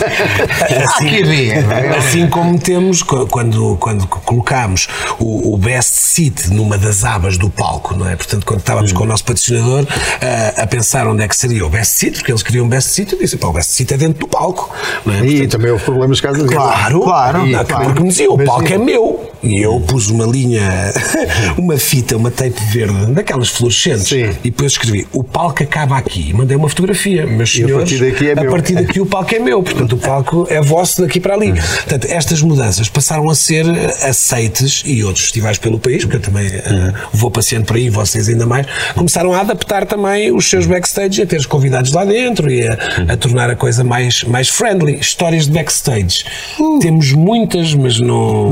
Assim como temos, quando colocámos o best seat numa das abas do palco, não é? Portanto, quando estávamos com o nosso patrocinador a pensar onde é que seria o best seat, porque eles queriam best seat, eu disse, o best seat é dentro do palco. Não é? Portanto, e também houve problemas caso disso. Claro. Porque me diziam, o palco é meu. E eu pus uma linha, uma fita, uma tape verde, daquelas fluorescentes. Sim. E depois escrevi, o palco acaba aqui. Mandei uma fotografia. Meus senhores, a partir daqui o palco é meu. Portanto, o palco é vosso daqui para ali. Portanto, estas mudanças passaram a ser aceites, e outros festivais pelo país, porque eu também vou passeando por aí, vocês ainda mais, começaram a adaptar também os seus backstage, a ter os convidados lá dentro e a tornar a coisa mais friendly. Histórias de backstage. Temos muitas, mas não...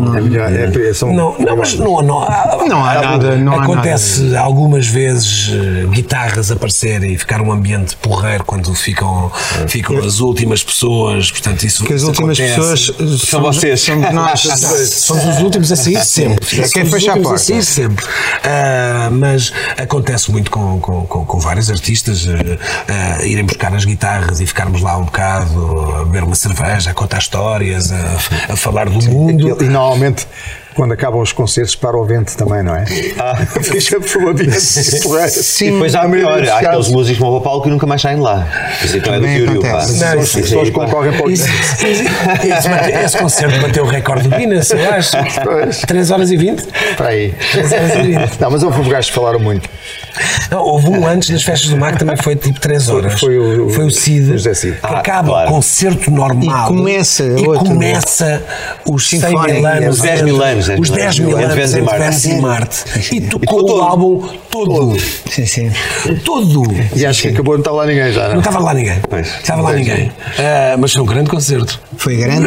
Não há nada. Acontece algumas vezes guitarras aparecerem e ficar um ambiente porreiro quando ficam as últimas pessoas. Portanto, isso as últimas pessoas são vocês. Somos nós. Somos os últimos a sair sempre. Quem fecha a porta. Sempre. Mas acontece muito com vários artistas irem buscar as guitarras e ficarmos lá um bocado a beber uma cerveja, a contar histórias, a falar do mundo. E normalmente, quando acabam os concertos, para o vento também, não é? Deixa o ambiente. Sim, e depois há pior, há aqueles músicos que vão ao palco e nunca mais saem lá. Isso então é do Fiúrio. As pessoas concorrem para o esse concerto bateu o recorde do Guinness, eu acho. 3 horas e 20? Para aí. 3 horas e 20. Não, mas houve gajos que falaram muito. Não, houve um antes das festas do mar que também foi tipo 3 horas. Foi o Cid. Cid. Que acaba o concerto normal. E começa os 100 mil anos. Os 10 mil anos. Os 10 mil anos de Vênus e Marte. E tocou o álbum todo. Sim. Todo. E acho que acabou, não estava lá ninguém já, não? Não estava lá ninguém. Estava lá ninguém. Mas foi um grande concerto. Foi grande.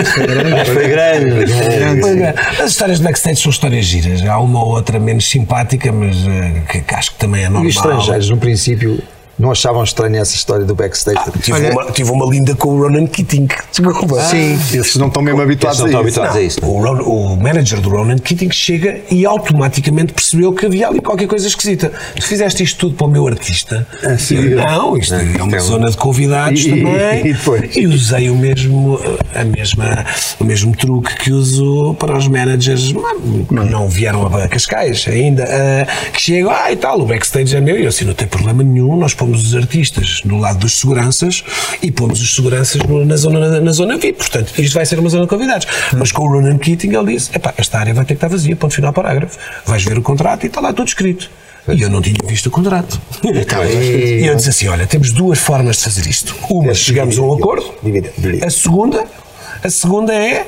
As histórias de backstage são histórias giras. Há uma ou outra menos simpática, mas que acho que também é normal. E os estrangeiros, no princípio, não achavam estranha essa história do backstage? Tive uma linda com o Ronan Keating. Desculpa. Sim, esses não estão mesmo habituados a isso. O manager do Ronan Keating chega e automaticamente percebeu que havia ali qualquer coisa esquisita. Tu fizeste isto tudo para o meu artista? Não, isto é uma zona de convidados também. E usei o mesmo truque que uso para os managers que não vieram a Cascais ainda, que chegam, e tal, o backstage é meu. E eu assim, não tem problema nenhum, nós pomos os artistas no lado dos seguranças e pomos os seguranças na zona VIP. Portanto, isto vai ser uma zona de convidados. Mas com o Ronan Keating ele disse, esta área vai ter que estar vazia, ponto final, parágrafo. Vais ver o contrato e está lá tudo escrito. E eu não tinha visto o contrato. E eu disse assim, olha, temos 2 formas de fazer isto. Uma, chegamos a um acordo. A segunda é,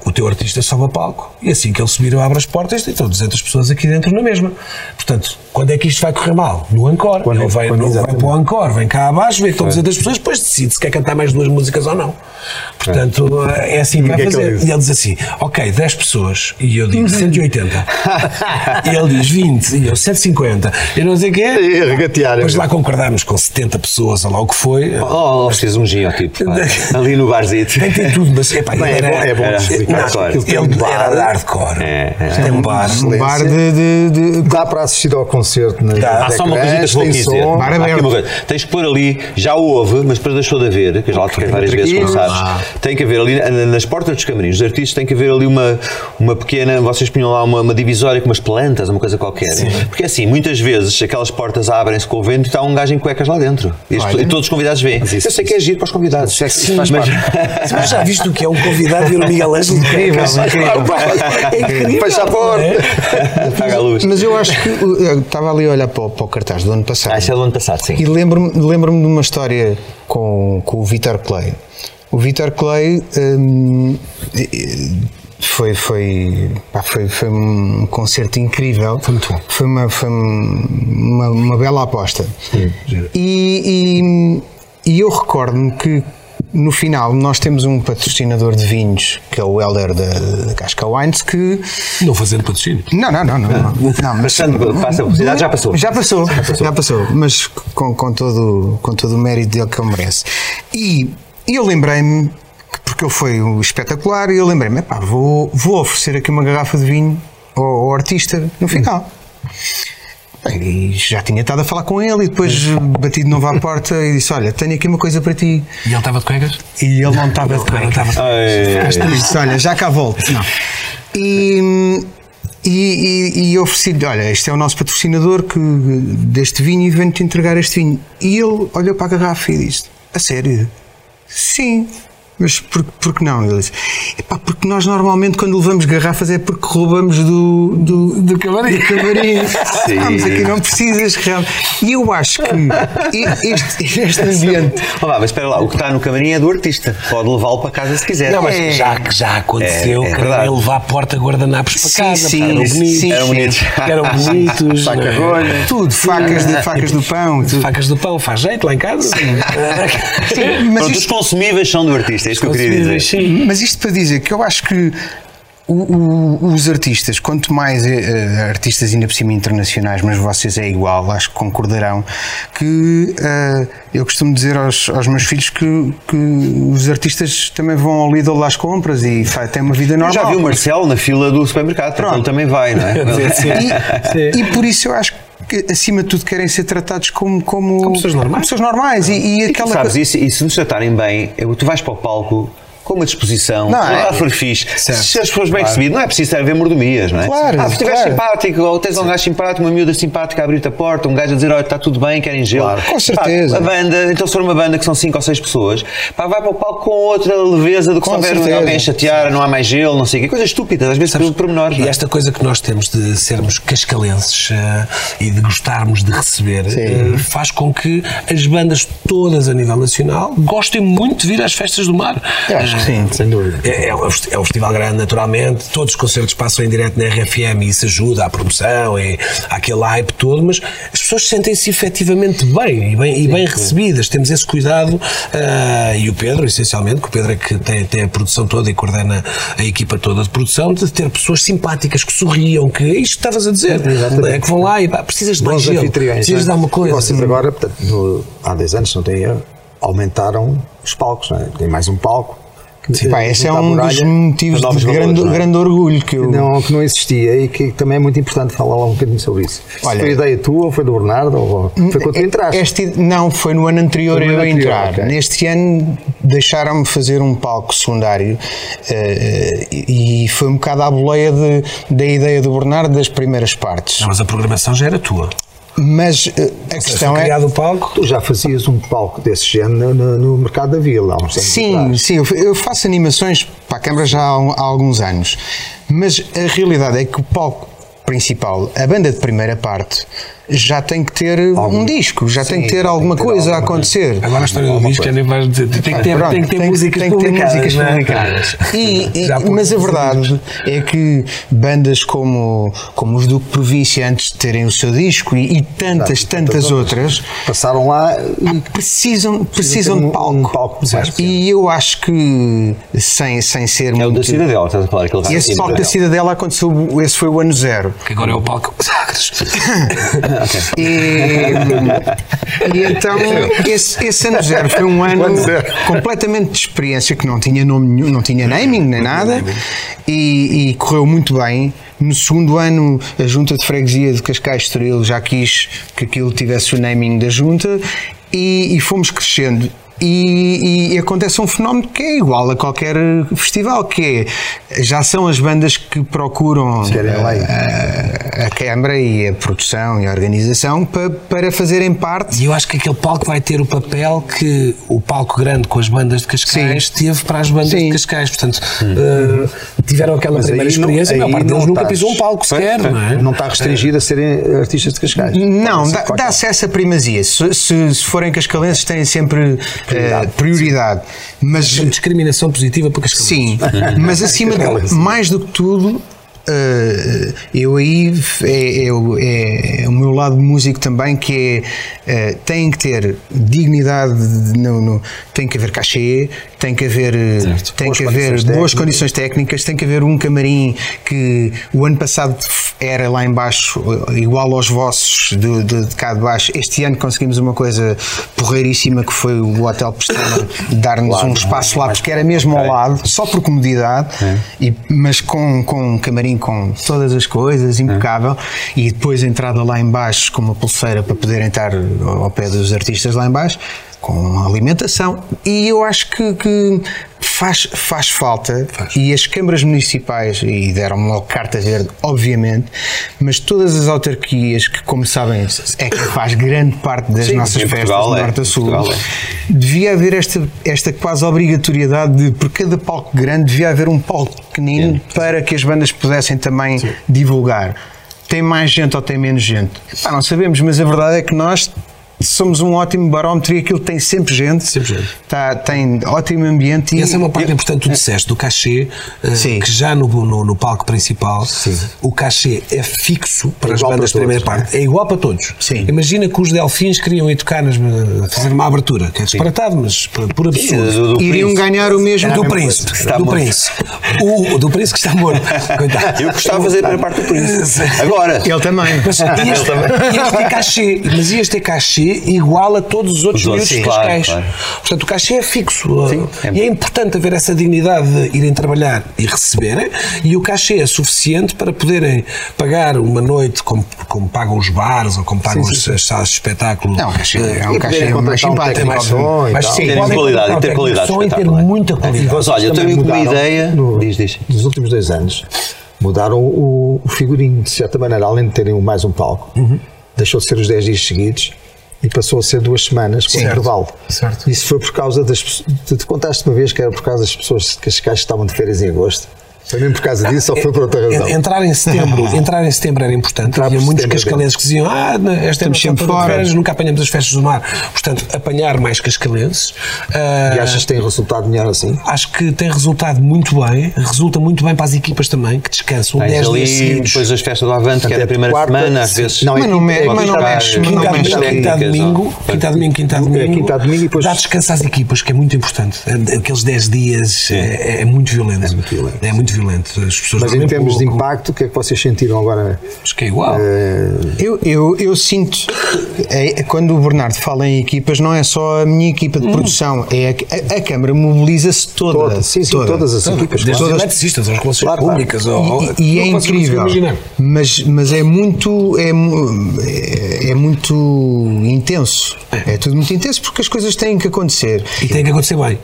o teu artista sobe a palco e assim que ele subir abre as portas e estão 200 pessoas aqui dentro na mesma. Portanto, quando é que isto vai correr mal? No encore. Ele vai para o encore, vem cá abaixo, vê que estão 200 pessoas, depois decide se quer cantar mais 2 músicas ou não. Portanto, é assim que vai fazer. E ele diz assim, ok, 10 pessoas, e eu digo 180. E ele diz 20, e eu 150. E não sei o quê. Depois lá concordámos com 70 pessoas, ou lá o que foi. Fez um gin, tipo, ali no barzito. Tem tudo, mas é bom. Ele era de hardcore. Tem um bar. Um bar de... Dá para assistir ao concerto. Há só uma coisa que vou dizer. Tens que pôr ali, já houve, mas depois deixou de haver, que eu já lá toquei várias vezes, como sabes. Tem que haver ali, nas portas dos camarins dos artistas, tem que haver ali uma pequena, vocês punham lá uma divisória com umas plantas, uma coisa qualquer. Sim. Porque assim, muitas vezes aquelas portas abrem-se com o vento e está um gajo em cuecas lá dentro. E todos os convidados veem. Eu sei que é giro para os convidados. Sim, mas já viste o que é um convidado ver o Miguel Ângelo? Incrível. É incrível. Fecha a porta. Apaga a luz. Mas eu acho que eu estava ali a olhar para o cartaz do ano passado. Isso é do ano passado, sim. E lembro-me de uma história com o Vitor Clay. O Vitor Clay foi um concerto incrível. Foi muito bom. Foi uma bela aposta. E eu recordo-me que no final nós temos um patrocinador de vinhos, que é o Helder da Casca Wines, que... Não fazendo patrocínio. Não, mas já passou, mas com todo o mérito dele que ele merece. E eu lembrei-me, porque ele foi espetacular, e eu lembrei-me, vou oferecer aqui uma garrafa de vinho ao artista no final. E já tinha estado a falar com ele e depois bati de novo à porta e disse, olha, tenho aqui uma coisa para ti. E ele estava de cuecas? E ele não estava de cuecas. Disse, olha, já cá volto. Não. E ofereci-lhe, olha, este é o nosso patrocinador deste vinho e venho-te entregar este vinho. E ele olhou para a garrafa e disse, a sério? Sim. Mas por que não? Ele disse, porque nós normalmente quando levamos garrafas é porque roubamos do camarim. Mas aqui não precisas realmente. E eu acho que este ambiente... Olá, mas espera lá, o que está no camarim é do artista. Pode levá-lo para casa se quiser. Não, mas já aconteceu que ele levar a porta guardanapos para casa. Eram bonitos. Faca rolha. Tudo, facas do pão. Facas do pão, faz jeito lá em casa. Sim. Mas os consumíveis são do artista. É isto que eu queria dizer. Sim. Mas isto para dizer que eu acho que os artistas, quanto mais artistas ainda por cima internacionais, mas vocês é igual, acho que concordarão que eu costumo dizer aos meus filhos que os artistas também vão ao Lidl às compras e têm uma vida normal. Eu já vi o Marcelo na fila do supermercado, pronto, ele também vai, não é? E por isso eu acho que acima de tudo querem ser tratados como pessoas normais. E aquela sabes, e se nos tratarem bem, tu vais para o palco com uma disposição, se for fixe, se as pessoas bem recebidas, não é preciso haver mordomias, não é? Claro, se estiveres simpático, ou tens um gajo simpático, uma miúda simpática a abrir-te a porta, um gajo a dizer, olha, está tudo bem, querem gelo. Claro, com certeza. A banda, então se for uma banda que são 5 ou 6 pessoas, vai para o palco com outra leveza do que se houver alguém a chatear, não há mais gelo, não sei o quê, coisas estúpidas, às vezes por pormenores. E esta coisa que nós temos de sermos cascalenses e de gostarmos de receber, faz com que as bandas todas a nível nacional gostem muito de vir às festas do mar. Eu acho que sim, sem dúvida. É um festival grande, naturalmente, todos os concertos passam em direto na RFM e isso ajuda à promoção e àquele hype todo, mas as pessoas sentem-se efetivamente bem recebidas, temos esse cuidado e o Pedro, essencialmente, que o Pedro é que tem a produção toda e coordena a equipa toda de produção, de ter pessoas simpáticas que sorriam, que é isto que estavas a dizer, que vão lá e precisas de mais gelo, precisas de dar uma coisa. E vocês agora, portanto, há 10 anos, não tem erro, aumentaram os palcos, não é? Tem mais um palco. Esse é um dos motivos de grande orgulho que não existia e que também é muito importante falar lá um bocadinho sobre isso. Olha, foi ideia tua ou foi do Bernardo ou foi quando tu entraste? Não, foi no ano anterior eu a entrar. Okay. Neste ano deixaram-me fazer um palco secundário e foi um bocado à boleia da ideia do Bernardo das primeiras partes. Não, mas a programação já era tua. Mas a questão é... O palco. Tu já fazias um palco desse género no Mercado da Vila há uns anos atrás. Sim, eu faço animações para a Câmara já há alguns anos, mas a realidade é que o palco principal, a banda de primeira parte, já tem que ter um disco, já tem que ter alguma coisa a acontecer. Agora a história do disco nem vais dizer, tem que ter músicas publicadas. Mas a verdade é que bandas como os do Província, antes de terem o seu disco e tantas outras, passaram lá e precisam de palco. E eu acho que sem ser muito... É o da Cidadela, estás a falar aquele. Esse palco da Cidadela aconteceu, esse foi o ano 0. Que agora é o palco Sagres. E então esse ano 0 foi um ano completamente de experiência, que não tinha nome nenhum, não tinha naming nem nada, e correu muito bem. No segundo ano, a Junta de Freguesia de Cascais Estoril já quis que aquilo tivesse o naming da Junta, e fomos crescendo. E acontece um fenómeno que é igual a qualquer festival, que é, já são as bandas que procuram a Câmara e a produção e a organização para fazerem parte. E eu acho que aquele palco vai ter o papel que o palco grande com as bandas de Cascais teve para as bandas de Cascais. Portanto, tiveram aquela primeira experiência, a parte deles nunca pisou um palco sequer. Não está restringido a serem artistas de Cascais. Não, dá-se essa primazia. Se forem cascalenses, têm sempre prioridade. Mas discriminação positiva para Cascalenses. Sim, mas acima de mais do que tudo, eu aí é o meu lado músico também, que é tem que ter dignidade, tem que haver cachê, tem que haver boas condições técnicas, tem que haver um camarim que o ano passado era lá em baixo igual aos vossos de cá de baixo. Este ano conseguimos uma coisa porreiríssima, que foi o Hotel Pestana dar-nos um espaço lá, porque era mesmo ao lado, só por comodidade, mas com um camarim com todas as coisas, impecável, e depois a entrada lá em baixo com uma pulseira para poderem estar ao pé dos artistas lá em baixo, com alimentação. E eu acho que faz falta, e as câmaras municipais, e deram logo carta verde, obviamente, mas todas as autarquias, que, como sabem, é que faz grande parte das nossas festas do Norte a Sul, devia haver esta quase obrigatoriedade de, por cada palco grande, devia haver um palco pequenino para que as bandas pudessem também divulgar. Tem mais gente ou tem menos gente? Não sabemos, mas a verdade é que nós somos um ótimo barómetro, e aquilo tem sempre gente. Tem ótimo ambiente. E essa é uma parte importante, tu disseste, do cachê, que já no palco principal, o cachê é fixo para as bandas da primeira parte. É igual para todos. Imagina que os Delfins queriam ir tocar, fazer uma abertura, que é disparatado, mas por absurdo. Iriam ganhar o mesmo do Príncipe. Do Príncipe que está morto. Coitado. Eu gostava de fazer a primeira parte do Príncipe. Agora. Ele também. Ias ter cachê, mas ias ter cachê igual a todos os outros miúdos de Cascais. Portanto, o cachê é fixo. E é importante haver essa dignidade de irem trabalhar e receberem, e o cachê é suficiente para poderem pagar uma noite como pagam os bares ou como pagam as salas de espetáculo. Não, é um cachê mais simpático. Mas sim, ter qualidade, ter qualidade. Só em ter muita qualidade. Mas olha, eu tenho uma ideia. Nos últimos 2 anos mudaram o figurino, de certa maneira, além de terem mais um palco, deixou de ser os 10 dias seguidos e passou a ser 2 semanas com intervalo. Isso foi por causa tu contaste uma vez que era por causa das pessoas de Cascais que estavam de férias em agosto. Foi mesmo por causa disso ou foi por outra razão? Entrar em setembro era importante. Havia muitos cascalenses que diziam esta é sempre fora, nunca apanhamos as festas do mar. Portanto, apanhar mais cascalenses. E achas que tem resultado melhor assim? Acho que tem resultado muito bem. Resulta muito bem para as equipas também, que descansam 10 dias seguidos. Depois das festas do Avante, que é a primeira semana, às vezes... Mas não mexe. Quinta a domingo, e depois dá descanso às equipas, que é muito importante. Aqueles 10 dias é muito violento. É muito violento. As pessoas. Mas em termos de impacto, o que é que vocês sentiram agora? Acho que é igual. Eu sinto, quando o Bernardo fala em equipas, não é só a minha equipa de produção, é a Câmara mobiliza-se toda. Todas as equipas. Desde os eletricistas, as relações públicas. E é incrível. Mas é muito intenso. É tudo muito intenso, porque as coisas têm que acontecer. E têm que acontecer bem.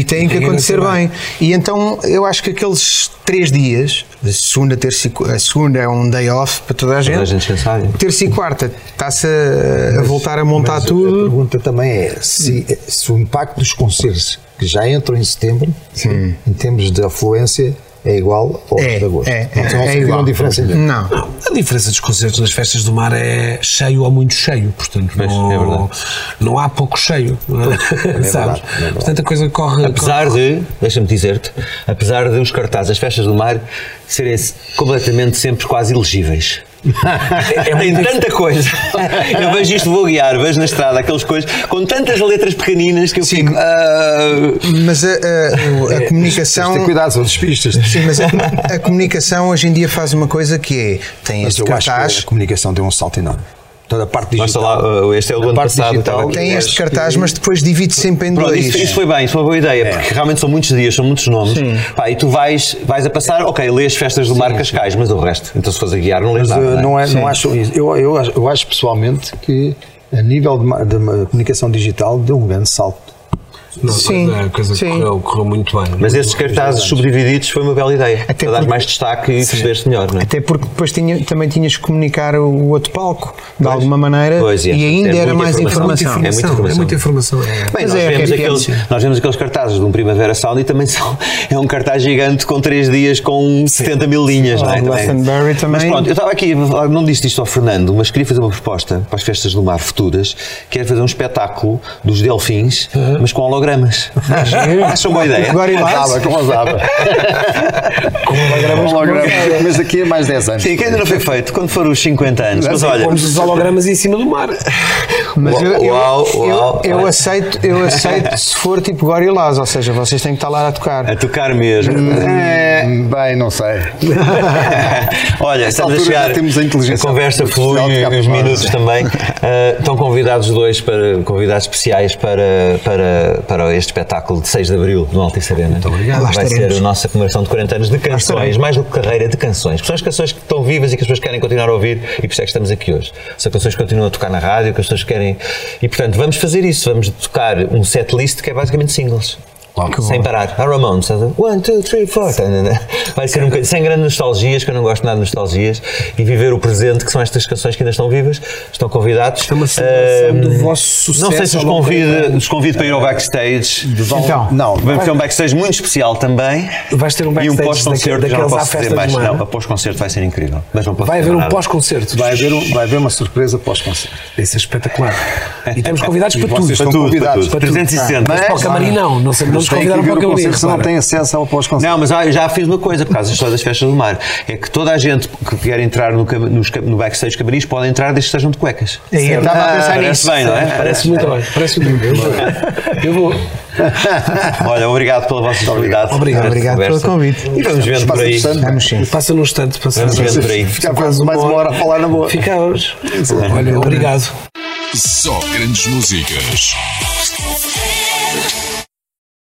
E então eu acho que aqueles 3 dias, a segunda é um day off para toda a gente. Terça e quarta está-se a voltar a montar tudo. A pergunta também é se o impacto dos concertos que já entram em setembro, em termos de afluência, é igual ao de agosto. É igual. Não diferença não. A diferença dos concertos nas festas do mar é cheio ou muito cheio, portanto não há pouco cheio, sabes? Portanto a coisa corre... Deixa-me dizer-te, apesar de os cartazes das festas do mar serem completamente sempre quase ilegíveis. Tem tanta coisa. Eu vejo isto, vou guiar, vejo na estrada aquelas coisas com tantas letras pequeninas que eu fico. Mas a comunicação. Tem cuidado, são despistas. Sim, mas a comunicação hoje em dia faz uma coisa que é. Tem este cartaz. A comunicação deu um salto enorme. Toda a parte digital. Lá, este é o do ano passado. Digital, tem este cartaz, mas depois divide sempre em dois. Isso foi bem, isso foi uma boa ideia, porque realmente são muitos dias, são muitos nomes. Pá, e tu vais a passar, ok, lês Festas do Mar Cascais, mas o resto, então se fores a guiar, não lês nada. Não acho isso. Eu acho pessoalmente que a nível de comunicação digital deu um grande salto. A coisa correu muito bem. Mas esses cartazes subdivididos foi uma bela ideia. Para dar mais destaque e perceber-se melhor, não é? Até porque depois também tinhas que comunicar o outro palco, de alguma maneira, e ainda era mais informação. É muita informação. Bem, nós vemos aqueles cartazes de um Primavera Sound e também é um cartaz gigante com 3 dias com 70 mil linhas, não é? Glastonbury também. Mas pronto, eu estava aqui, não disse isto ao Fernando, mas queria fazer uma proposta para as Festas do Mar futuras, que era fazer um espetáculo dos Delfins, mas com hologramas. Acham boa ideia? Com hologramas. Mas daqui a mais 10 anos. Sim, que ainda não foi feito, quando for os 50 anos. Mas olha, pomos os hologramas em cima do mar. Mas eu aceito se for tipo Gorillaz, ou seja, vocês têm que estar lá a tocar. A tocar mesmo. Bem, não sei. Olha, estamos a chegar. Temos a inteligência. A conversa flui e os minutos também. Estão convidados convidados especiais para este espetáculo de 6 de Abril no Altice Arena. Muito obrigado. Vai ser a nossa comemoração de 40 anos de canções, mais do que carreira, de canções. Porque são as canções que estão vivas e que as pessoas querem continuar a ouvir e por isso é que estamos aqui hoje. São canções que continuam a tocar na rádio, que as pessoas querem. E portanto, vamos fazer isso. Vamos tocar um set list que é basicamente singles. Sem parar. A Ramones, 1, 2, 3, 4. Vai ser um bocadinho sem grandes nostalgias, que eu não gosto nada de nostalgias, e viver o presente, que são estas canções que ainda estão vivas. Estão convidados. Estamos do vosso sucesso. Não sei se os convido para ir ao backstage. Então, não, vamos ter um backstage muito especial também. Vais ter um backstage e um pós-concerto, já não posso dizer mais. Não, a pós-concerto vai ser incrível. Mas não posso vai haver um pós-concerto. Vai haver uma surpresa pós-concerto. Isso é espetacular. E temos convidados para tudo. Estão convidados para 360. Mas para o camarim não nos convidaram para o camarim. Se não tem acesso ao pós-concerto. Não, mas já fiz uma coisa por causa da história das Festas do Mar. É que toda a gente que quer entrar no backstage camarins pode entrar desde que estejam de cuecas. Estava a pensar nisso. Parece bem, não é? Parece muito bem. Parece muito bem. Eu vou. Olha, obrigado pela vossa disponibilidade. Obrigado pelo convite. E vamos vendo por aí. Passa num instante. Vamos vendo por aí. Fica quase mais uma hora a falar na boa. Fica hoje. Olha, obrigado. Só grandes músicas.